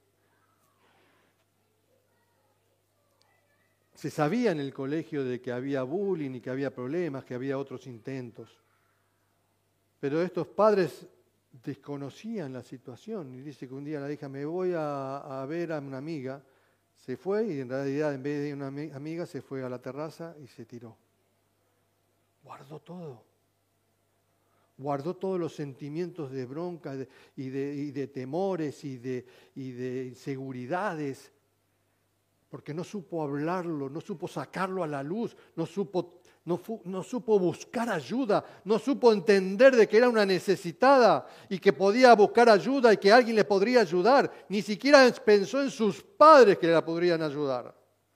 Se sabía en el colegio de que había bullying y que había problemas, que había otros intentos. Pero estos padres desconocían la situación. Y dice que un día la hija, me voy a, a ver a una amiga. Se fue y en realidad en vez de una amiga se fue a la terraza y se tiró. Guardó todo. Guardó todos los sentimientos de bronca de, y, de, y de temores y de, y de inseguridades. Porque no supo hablarlo, no supo sacarlo a la luz, no supo, no, fu, no supo buscar ayuda, no supo entender de que era una necesitada y que podía buscar ayuda y que alguien le podría ayudar. Ni siquiera pensó en sus padres que la podrían ayudar.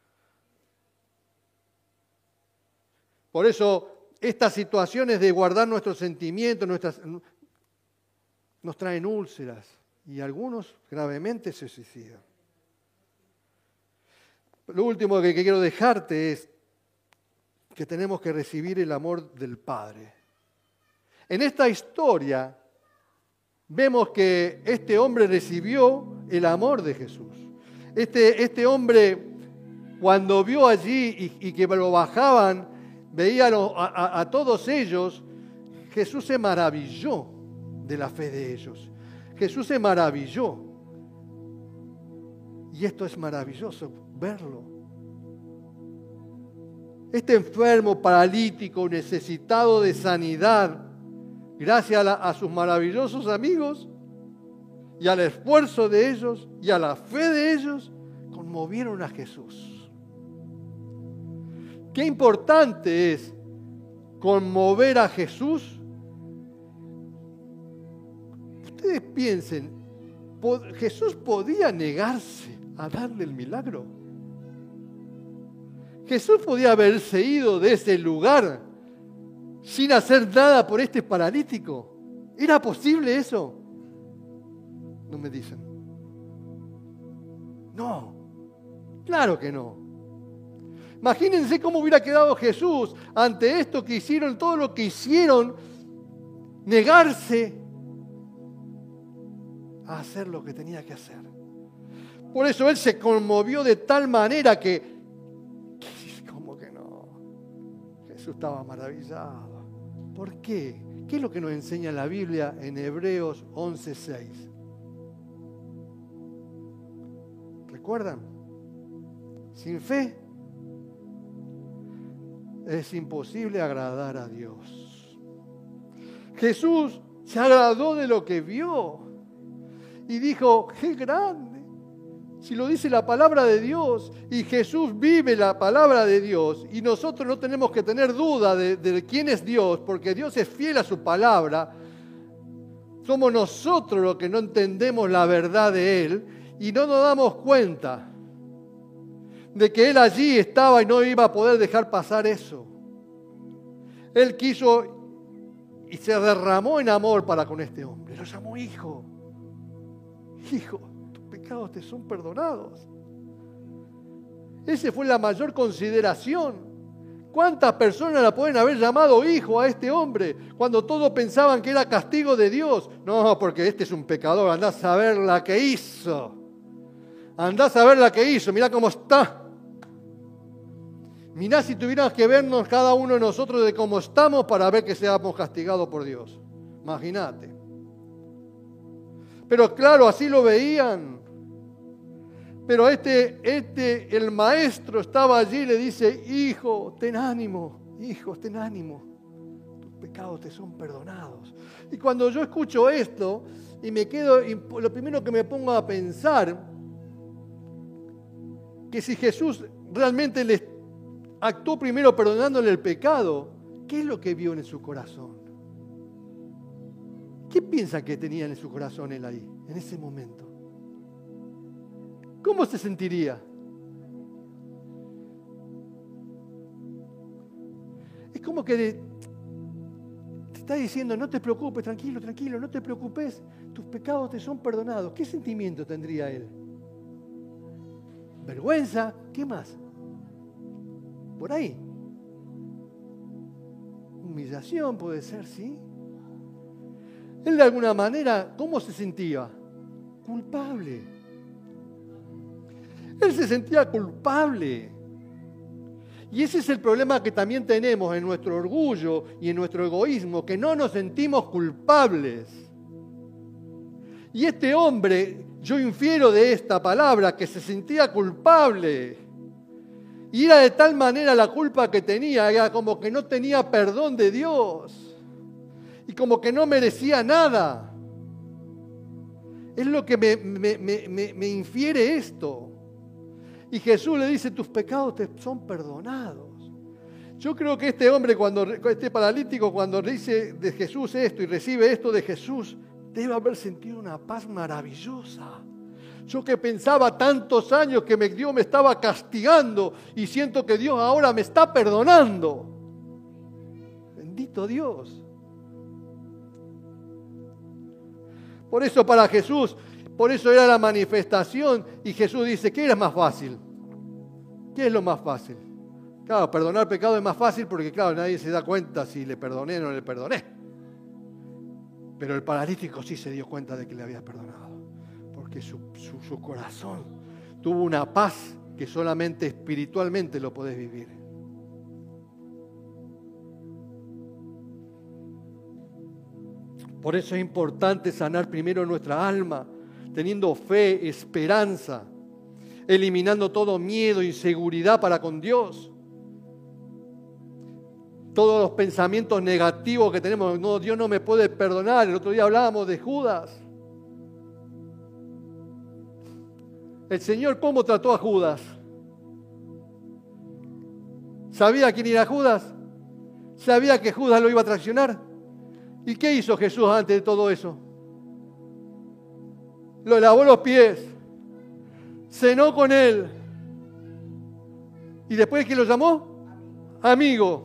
Por eso, estas situaciones de guardar nuestros sentimientos, nuestras, nos traen úlceras y algunos gravemente se suicidan. Lo último que quiero dejarte es que tenemos que recibir el amor del Padre. En esta historia vemos que este hombre recibió el amor de Jesús. Este, este hombre, cuando vio allí y, y que lo bajaban, veía a, lo, a, a todos ellos, Jesús se maravilló de la fe de ellos. Jesús se maravilló. Y esto es maravilloso, verlo. Este enfermo, paralítico, necesitado de sanidad, gracias a, la, a sus maravillosos amigos y al esfuerzo de ellos y a la fe de ellos, conmovieron a Jesús. Qué importante es conmover a Jesús. Ustedes piensen, Jesús podía negarse a darle el milagro. Jesús podía haberse ido de ese lugar sin hacer nada por este paralítico. ¿Era posible eso? No me dicen. No, claro que no. Imagínense cómo hubiera quedado Jesús ante esto que hicieron, todo lo que hicieron, negarse a hacer lo que tenía que hacer. Por eso él se conmovió de tal manera que, que como que no, Jesús estaba maravillado. ¿Por qué? ¿Qué es lo que nos enseña la Biblia en Hebreos once seis? ¿Recuerdan? Sin fe es imposible agradar a Dios. Jesús se agradó de lo que vio y dijo, qué grande. Si lo dice la palabra de Dios y Jesús vive la palabra de Dios y nosotros no tenemos que tener duda de, de quién es Dios, porque Dios es fiel a su palabra, somos nosotros los que no entendemos la verdad de Él y no nos damos cuenta de que Él allí estaba y no iba a poder dejar pasar eso. Él quiso y se derramó en amor para con este hombre. Lo llamó hijo. Hijo, tus pecados te son perdonados. Esa fue la mayor consideración. ¿Cuántas personas la pueden haber llamado hijo a este hombre cuando todos pensaban que era castigo de Dios? No, porque este es un pecador, andá a saber la que hizo. Andá a saber la que hizo, mirá cómo está. Mirá si tuviéramos que vernos cada uno de nosotros de cómo estamos para ver que seamos castigados por Dios. Imagínate. Pero claro, así lo veían. Pero este, este, el maestro estaba allí y le dice, hijo, ten ánimo, hijo, ten ánimo. Tus pecados te son perdonados. Y cuando yo escucho esto y me quedo, y lo primero que me pongo a pensar, que si Jesús realmente le actuó primero perdonándole el pecado, ¿qué es lo que vio en su corazón? ¿Qué piensa que tenía en su corazón él ahí, en ese momento? ¿Cómo se sentiría? Es como que de, te está diciendo, no te preocupes, tranquilo, tranquilo, no te preocupes, tus pecados te son perdonados. ¿Qué sentimiento tendría él? ¿Vergüenza? ¿Qué más? Por ahí. Humillación puede ser, ¿sí? Él de alguna manera, ¿cómo se sentía? Culpable. Él se sentía culpable. Y ese es el problema que también tenemos en nuestro orgullo y en nuestro egoísmo, que no nos sentimos culpables. Y este hombre, yo infiero de esta palabra, que se sentía culpable. Y era de tal manera la culpa que tenía, era como que no tenía perdón de Dios. Y como que no merecía nada. Es lo que me, me, me, me, me infiere esto. Y Jesús le dice, tus pecados te son perdonados. Yo creo que este hombre, cuando este paralítico, cuando dice de Jesús esto y recibe esto de Jesús, debe haber sentido una paz maravillosa. Yo que pensaba tantos años que Dios me estaba castigando y siento que Dios ahora me está perdonando. Bendito Dios. Por eso para Jesús, por eso era la manifestación, y Jesús dice, ¿qué era más fácil? ¿Qué es lo más fácil? Claro, perdonar pecado es más fácil porque, claro, nadie se da cuenta si le perdoné o no le perdoné. Pero el paralítico sí se dio cuenta de que le había perdonado, porque su, su, su corazón tuvo una paz que solamente espiritualmente lo podés vivir. Por eso es importante sanar primero nuestra alma, teniendo fe, esperanza, eliminando todo miedo, inseguridad para con Dios. Todos los pensamientos negativos que tenemos, no, Dios no me puede perdonar. El otro día hablábamos de Judas. El Señor, ¿cómo trató a Judas? ¿Sabía quién era Judas? ¿Sabía que Judas lo iba a traicionar? ¿Y qué hizo Jesús antes de todo eso? Lo lavó los pies, cenó con él. ¿Y después quién lo llamó? Amigo.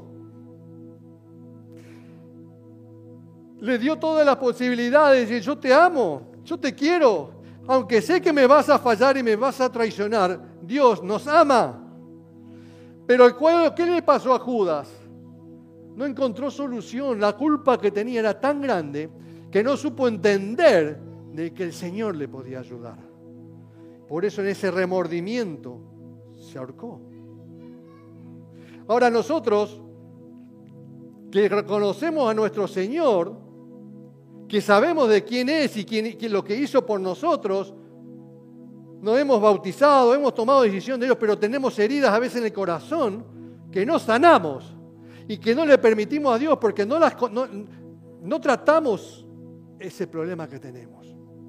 Le dio todas las posibilidades de decir, yo te amo, yo te quiero. Aunque sé que me vas a fallar y me vas a traicionar, Dios nos ama. Pero ¿qué le pasó a Judas? No encontró solución. La culpa que tenía era tan grande que no supo entender de que el Señor le podía ayudar. Por eso en ese remordimiento se ahorcó. Ahora nosotros, que reconocemos a nuestro Señor, que sabemos de quién es y quién, quién, lo que hizo por nosotros, nos hemos bautizado, hemos tomado decisión de Dios, pero tenemos heridas a veces en el corazón que no sanamos y que no le permitimos a Dios porque no, las, no, no tratamos ese problema que tenemos.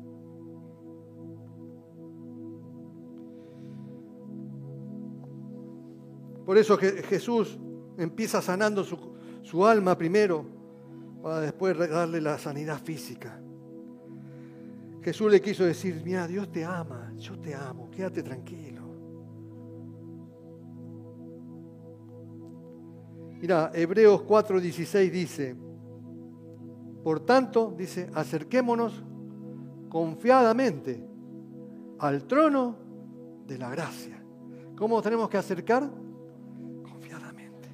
Por eso Jesús empieza sanando su, su alma primero, para después darle la sanidad física. Jesús le quiso decir, mira, Dios te ama, yo te amo, quédate tranquilo. Mira, Hebreos cuatro dieciséis dice, por tanto, dice, acerquémonos confiadamente al trono de la gracia, ¿Cómo nos tenemos que acercar? Confiadamente.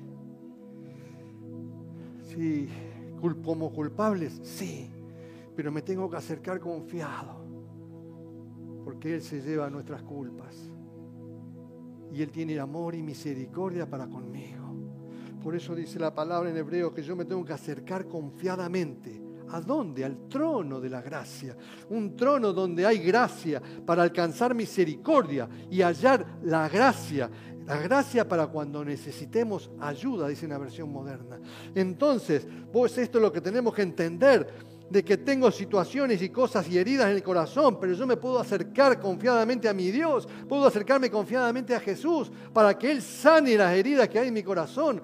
Sí, ¿como culpables? Sí, pero me tengo que acercar confiado, porque Él se lleva nuestras culpas. Y Él tiene amor y misericordia para conmigo. Por eso dice la palabra en hebreo que yo me tengo que acercar confiadamente. ¿A dónde? Al trono de la gracia. Un trono donde hay gracia para alcanzar misericordia y hallar la gracia. La gracia para cuando necesitemos ayuda, dice una versión moderna. Entonces, pues esto es lo que tenemos que entender, de que tengo situaciones y cosas y heridas en el corazón, pero yo me puedo acercar confiadamente a mi Dios, puedo acercarme confiadamente a Jesús para que Él sane las heridas que hay en mi corazón.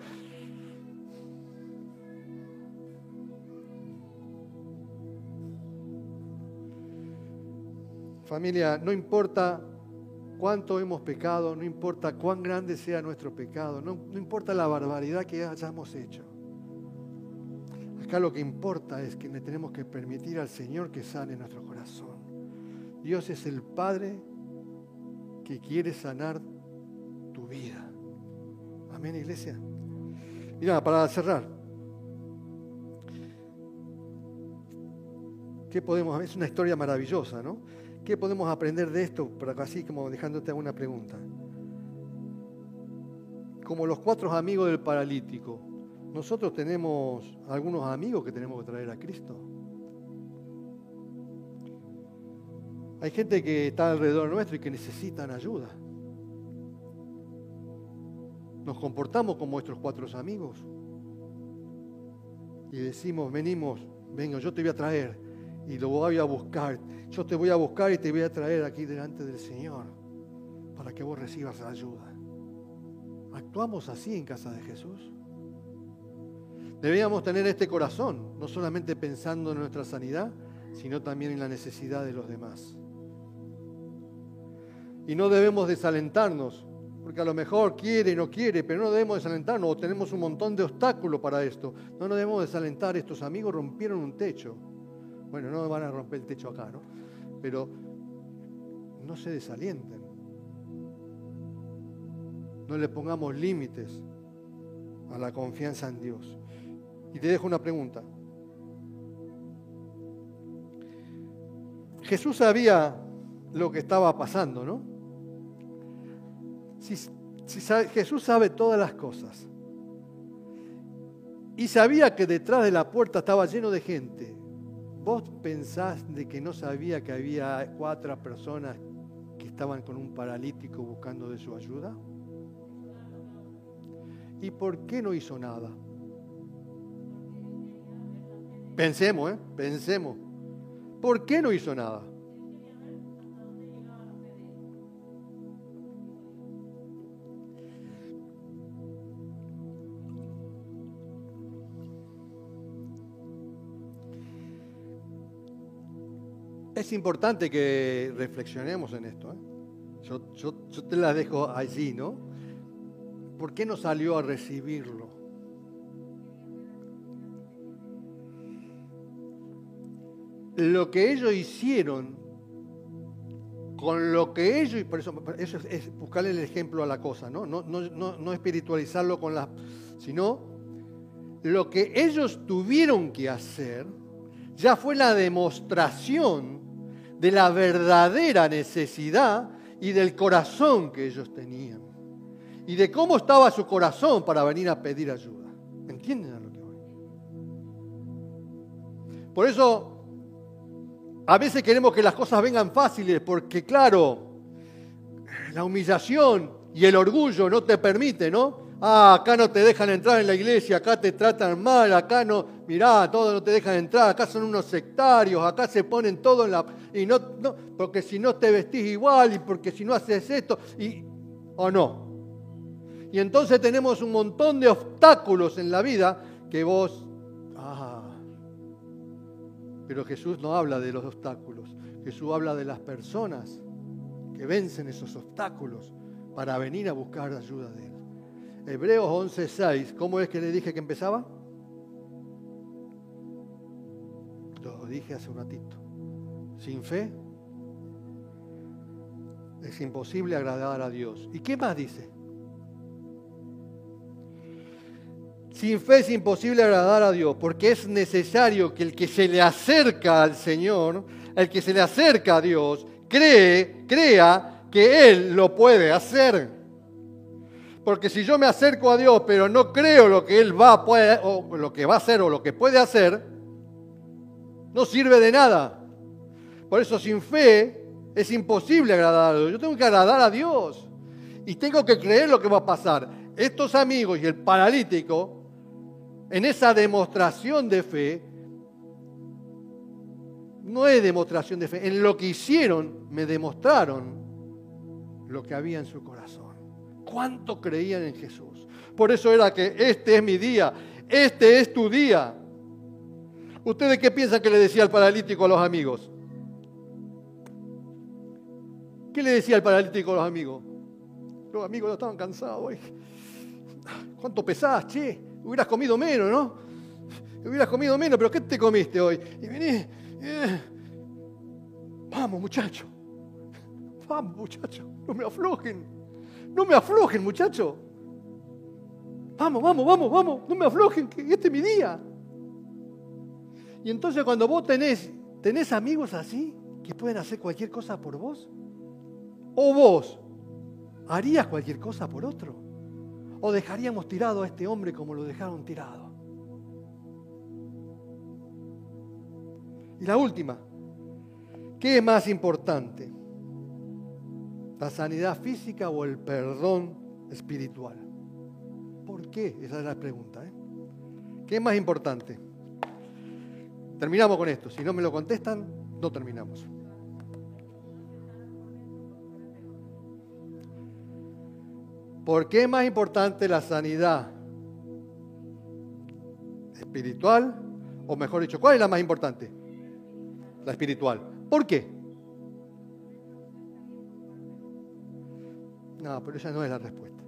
Familia, no importa cuánto hemos pecado, no importa cuán grande sea nuestro pecado, no, no importa la barbaridad que hayamos hecho. Acá lo que importa es que le tenemos que permitir al Señor que sane nuestro corazón. Dios es el Padre que quiere sanar tu vida. Amén, iglesia. Mira, para cerrar, ¿qué podemos? Es una historia maravillosa, ¿no? ¿Qué podemos aprender de esto? Para así como dejándote una pregunta. Como los cuatro amigos del paralítico, nosotros tenemos algunos amigos que tenemos que traer a Cristo. Hay gente que está alrededor nuestro y que necesitan ayuda. Nos comportamos como nuestros cuatro amigos y decimos, venimos, venga, yo te voy a traer y lo voy a buscar. Yo te voy a buscar y te voy a traer aquí delante del Señor para que vos recibas ayuda. ¿Actuamos así en casa de Jesús? Debíamos tener este corazón, no solamente pensando en nuestra sanidad, sino también en la necesidad de los demás. Y no debemos desalentarnos, porque a lo mejor quiere, no quiere, pero no debemos desalentarnos, o tenemos un montón de obstáculos para esto. No nos debemos desalentar. Estos amigos rompieron un techo. Bueno, no van a romper el techo acá, ¿no? Pero no se desalienten. No le pongamos límites a la confianza en Dios. Y te dejo una pregunta. Jesús sabía lo que estaba pasando, ¿no? Si, si sabe, Jesús sabe todas las cosas. Y sabía que detrás de la puerta estaba lleno de gente. ¿Vos pensás de que no sabía que había cuatro personas que estaban con un paralítico buscando de su ayuda? ¿Y por qué no hizo nada? Pensemos, ¿eh? Pensemos. ¿Por qué no hizo nada? Es importante que reflexionemos en esto, ¿eh? Yo, yo, yo te la dejo allí, ¿no? ¿Por qué no salió a recibirlo? Lo que ellos hicieron, con lo que ellos, y por eso, eso es, es buscarle el ejemplo a la cosa, ¿no? No, no, no, no espiritualizarlo con la, sino lo que ellos tuvieron que hacer ya fue la demostración de la verdadera necesidad y del corazón que ellos tenían. Y de cómo estaba su corazón para venir a pedir ayuda. ¿Entienden a lo que voy? Por eso, a veces queremos que las cosas vengan fáciles, porque claro, la humillación y el orgullo no te permiten, ¿no? Ah, acá no te dejan entrar en la iglesia, acá te tratan mal, acá no, mirá, todos no te dejan entrar, acá son unos sectarios, acá se ponen todo en la... y no, no porque si no te vestís igual, y porque si no haces esto, y o no. Y entonces tenemos un montón de obstáculos en la vida que vos... Ah, pero Jesús no habla de los obstáculos, Jesús habla de las personas que vencen esos obstáculos para venir a buscar ayuda de Él. Hebreos once seis, ¿cómo es que le dije que empezaba? Lo dije hace un ratito. Sin fe es imposible agradar a Dios. ¿Y qué más dice? Sin fe es imposible agradar a Dios, porque es necesario que el que se le acerca al Señor, el que se le acerca a Dios, cree, crea que Él lo puede hacer. Porque si yo me acerco a Dios, pero no creo lo que Él va a poder, o lo que va a hacer o lo que puede hacer, no sirve de nada. Por eso sin fe es imposible agradar a Dios. Yo tengo que agradar a Dios y tengo que creer lo que va a pasar. Estos amigos y el paralítico, en esa demostración de fe, no es demostración de fe, en lo que hicieron me demostraron lo que había en su corazón. ¿Cuánto creían en Jesús? Por eso era que este es mi día, este es tu día. ¿Ustedes qué piensan que le decía el paralítico a los amigos? ¿Qué le decía el paralítico a los amigos? Los amigos no estaban cansados hoy. ¿Cuánto pesás, che? Hubieras comido menos, ¿no? Hubieras comido menos, pero ¿qué te comiste hoy? Y vení, eh. Vamos, muchacho. Vamos, muchacho. No me aflojen. No me aflojen, muchacho. Vamos, vamos, vamos, vamos. No me aflojen, que este es mi día. Y entonces cuando vos tenés, tenés amigos así, que pueden hacer cualquier cosa por vos, o vos harías cualquier cosa por otro, o dejaríamos tirado a este hombre como lo dejaron tirado. Y la última, ¿qué es más importante? ¿La sanidad física o el perdón espiritual? ¿Por qué? Esa es la pregunta, ¿eh? ¿Qué es más importante? Terminamos con esto. Si no me lo contestan, no terminamos. ¿Por qué es más importante la sanidad espiritual? O mejor dicho, ¿cuál es la más importante? La espiritual. ¿Por qué? No, pero esa no es la respuesta.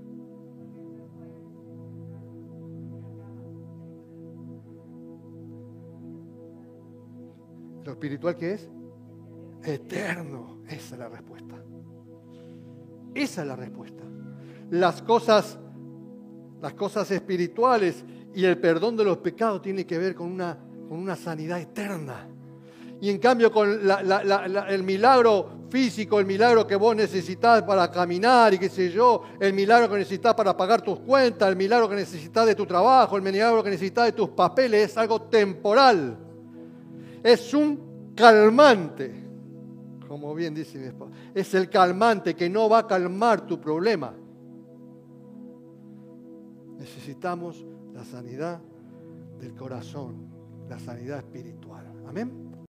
¿Lo espiritual qué es? Eterno. Esa es la respuesta. Esa es la respuesta. Las cosas, las cosas espirituales y el perdón de los pecados tienen que ver con una, con una sanidad eterna. Y en cambio con la, la, la, la, el milagro físico, el milagro que vos necesitás para caminar y qué sé yo, el milagro que necesitas para pagar tus cuentas, el milagro que necesitas de tu trabajo, el milagro que necesitas de tus papeles, es algo temporal. Es un calmante, como bien dice mi esposa. Es el calmante que no va a calmar tu problema. Necesitamos la sanidad del corazón, la sanidad espiritual. Amén.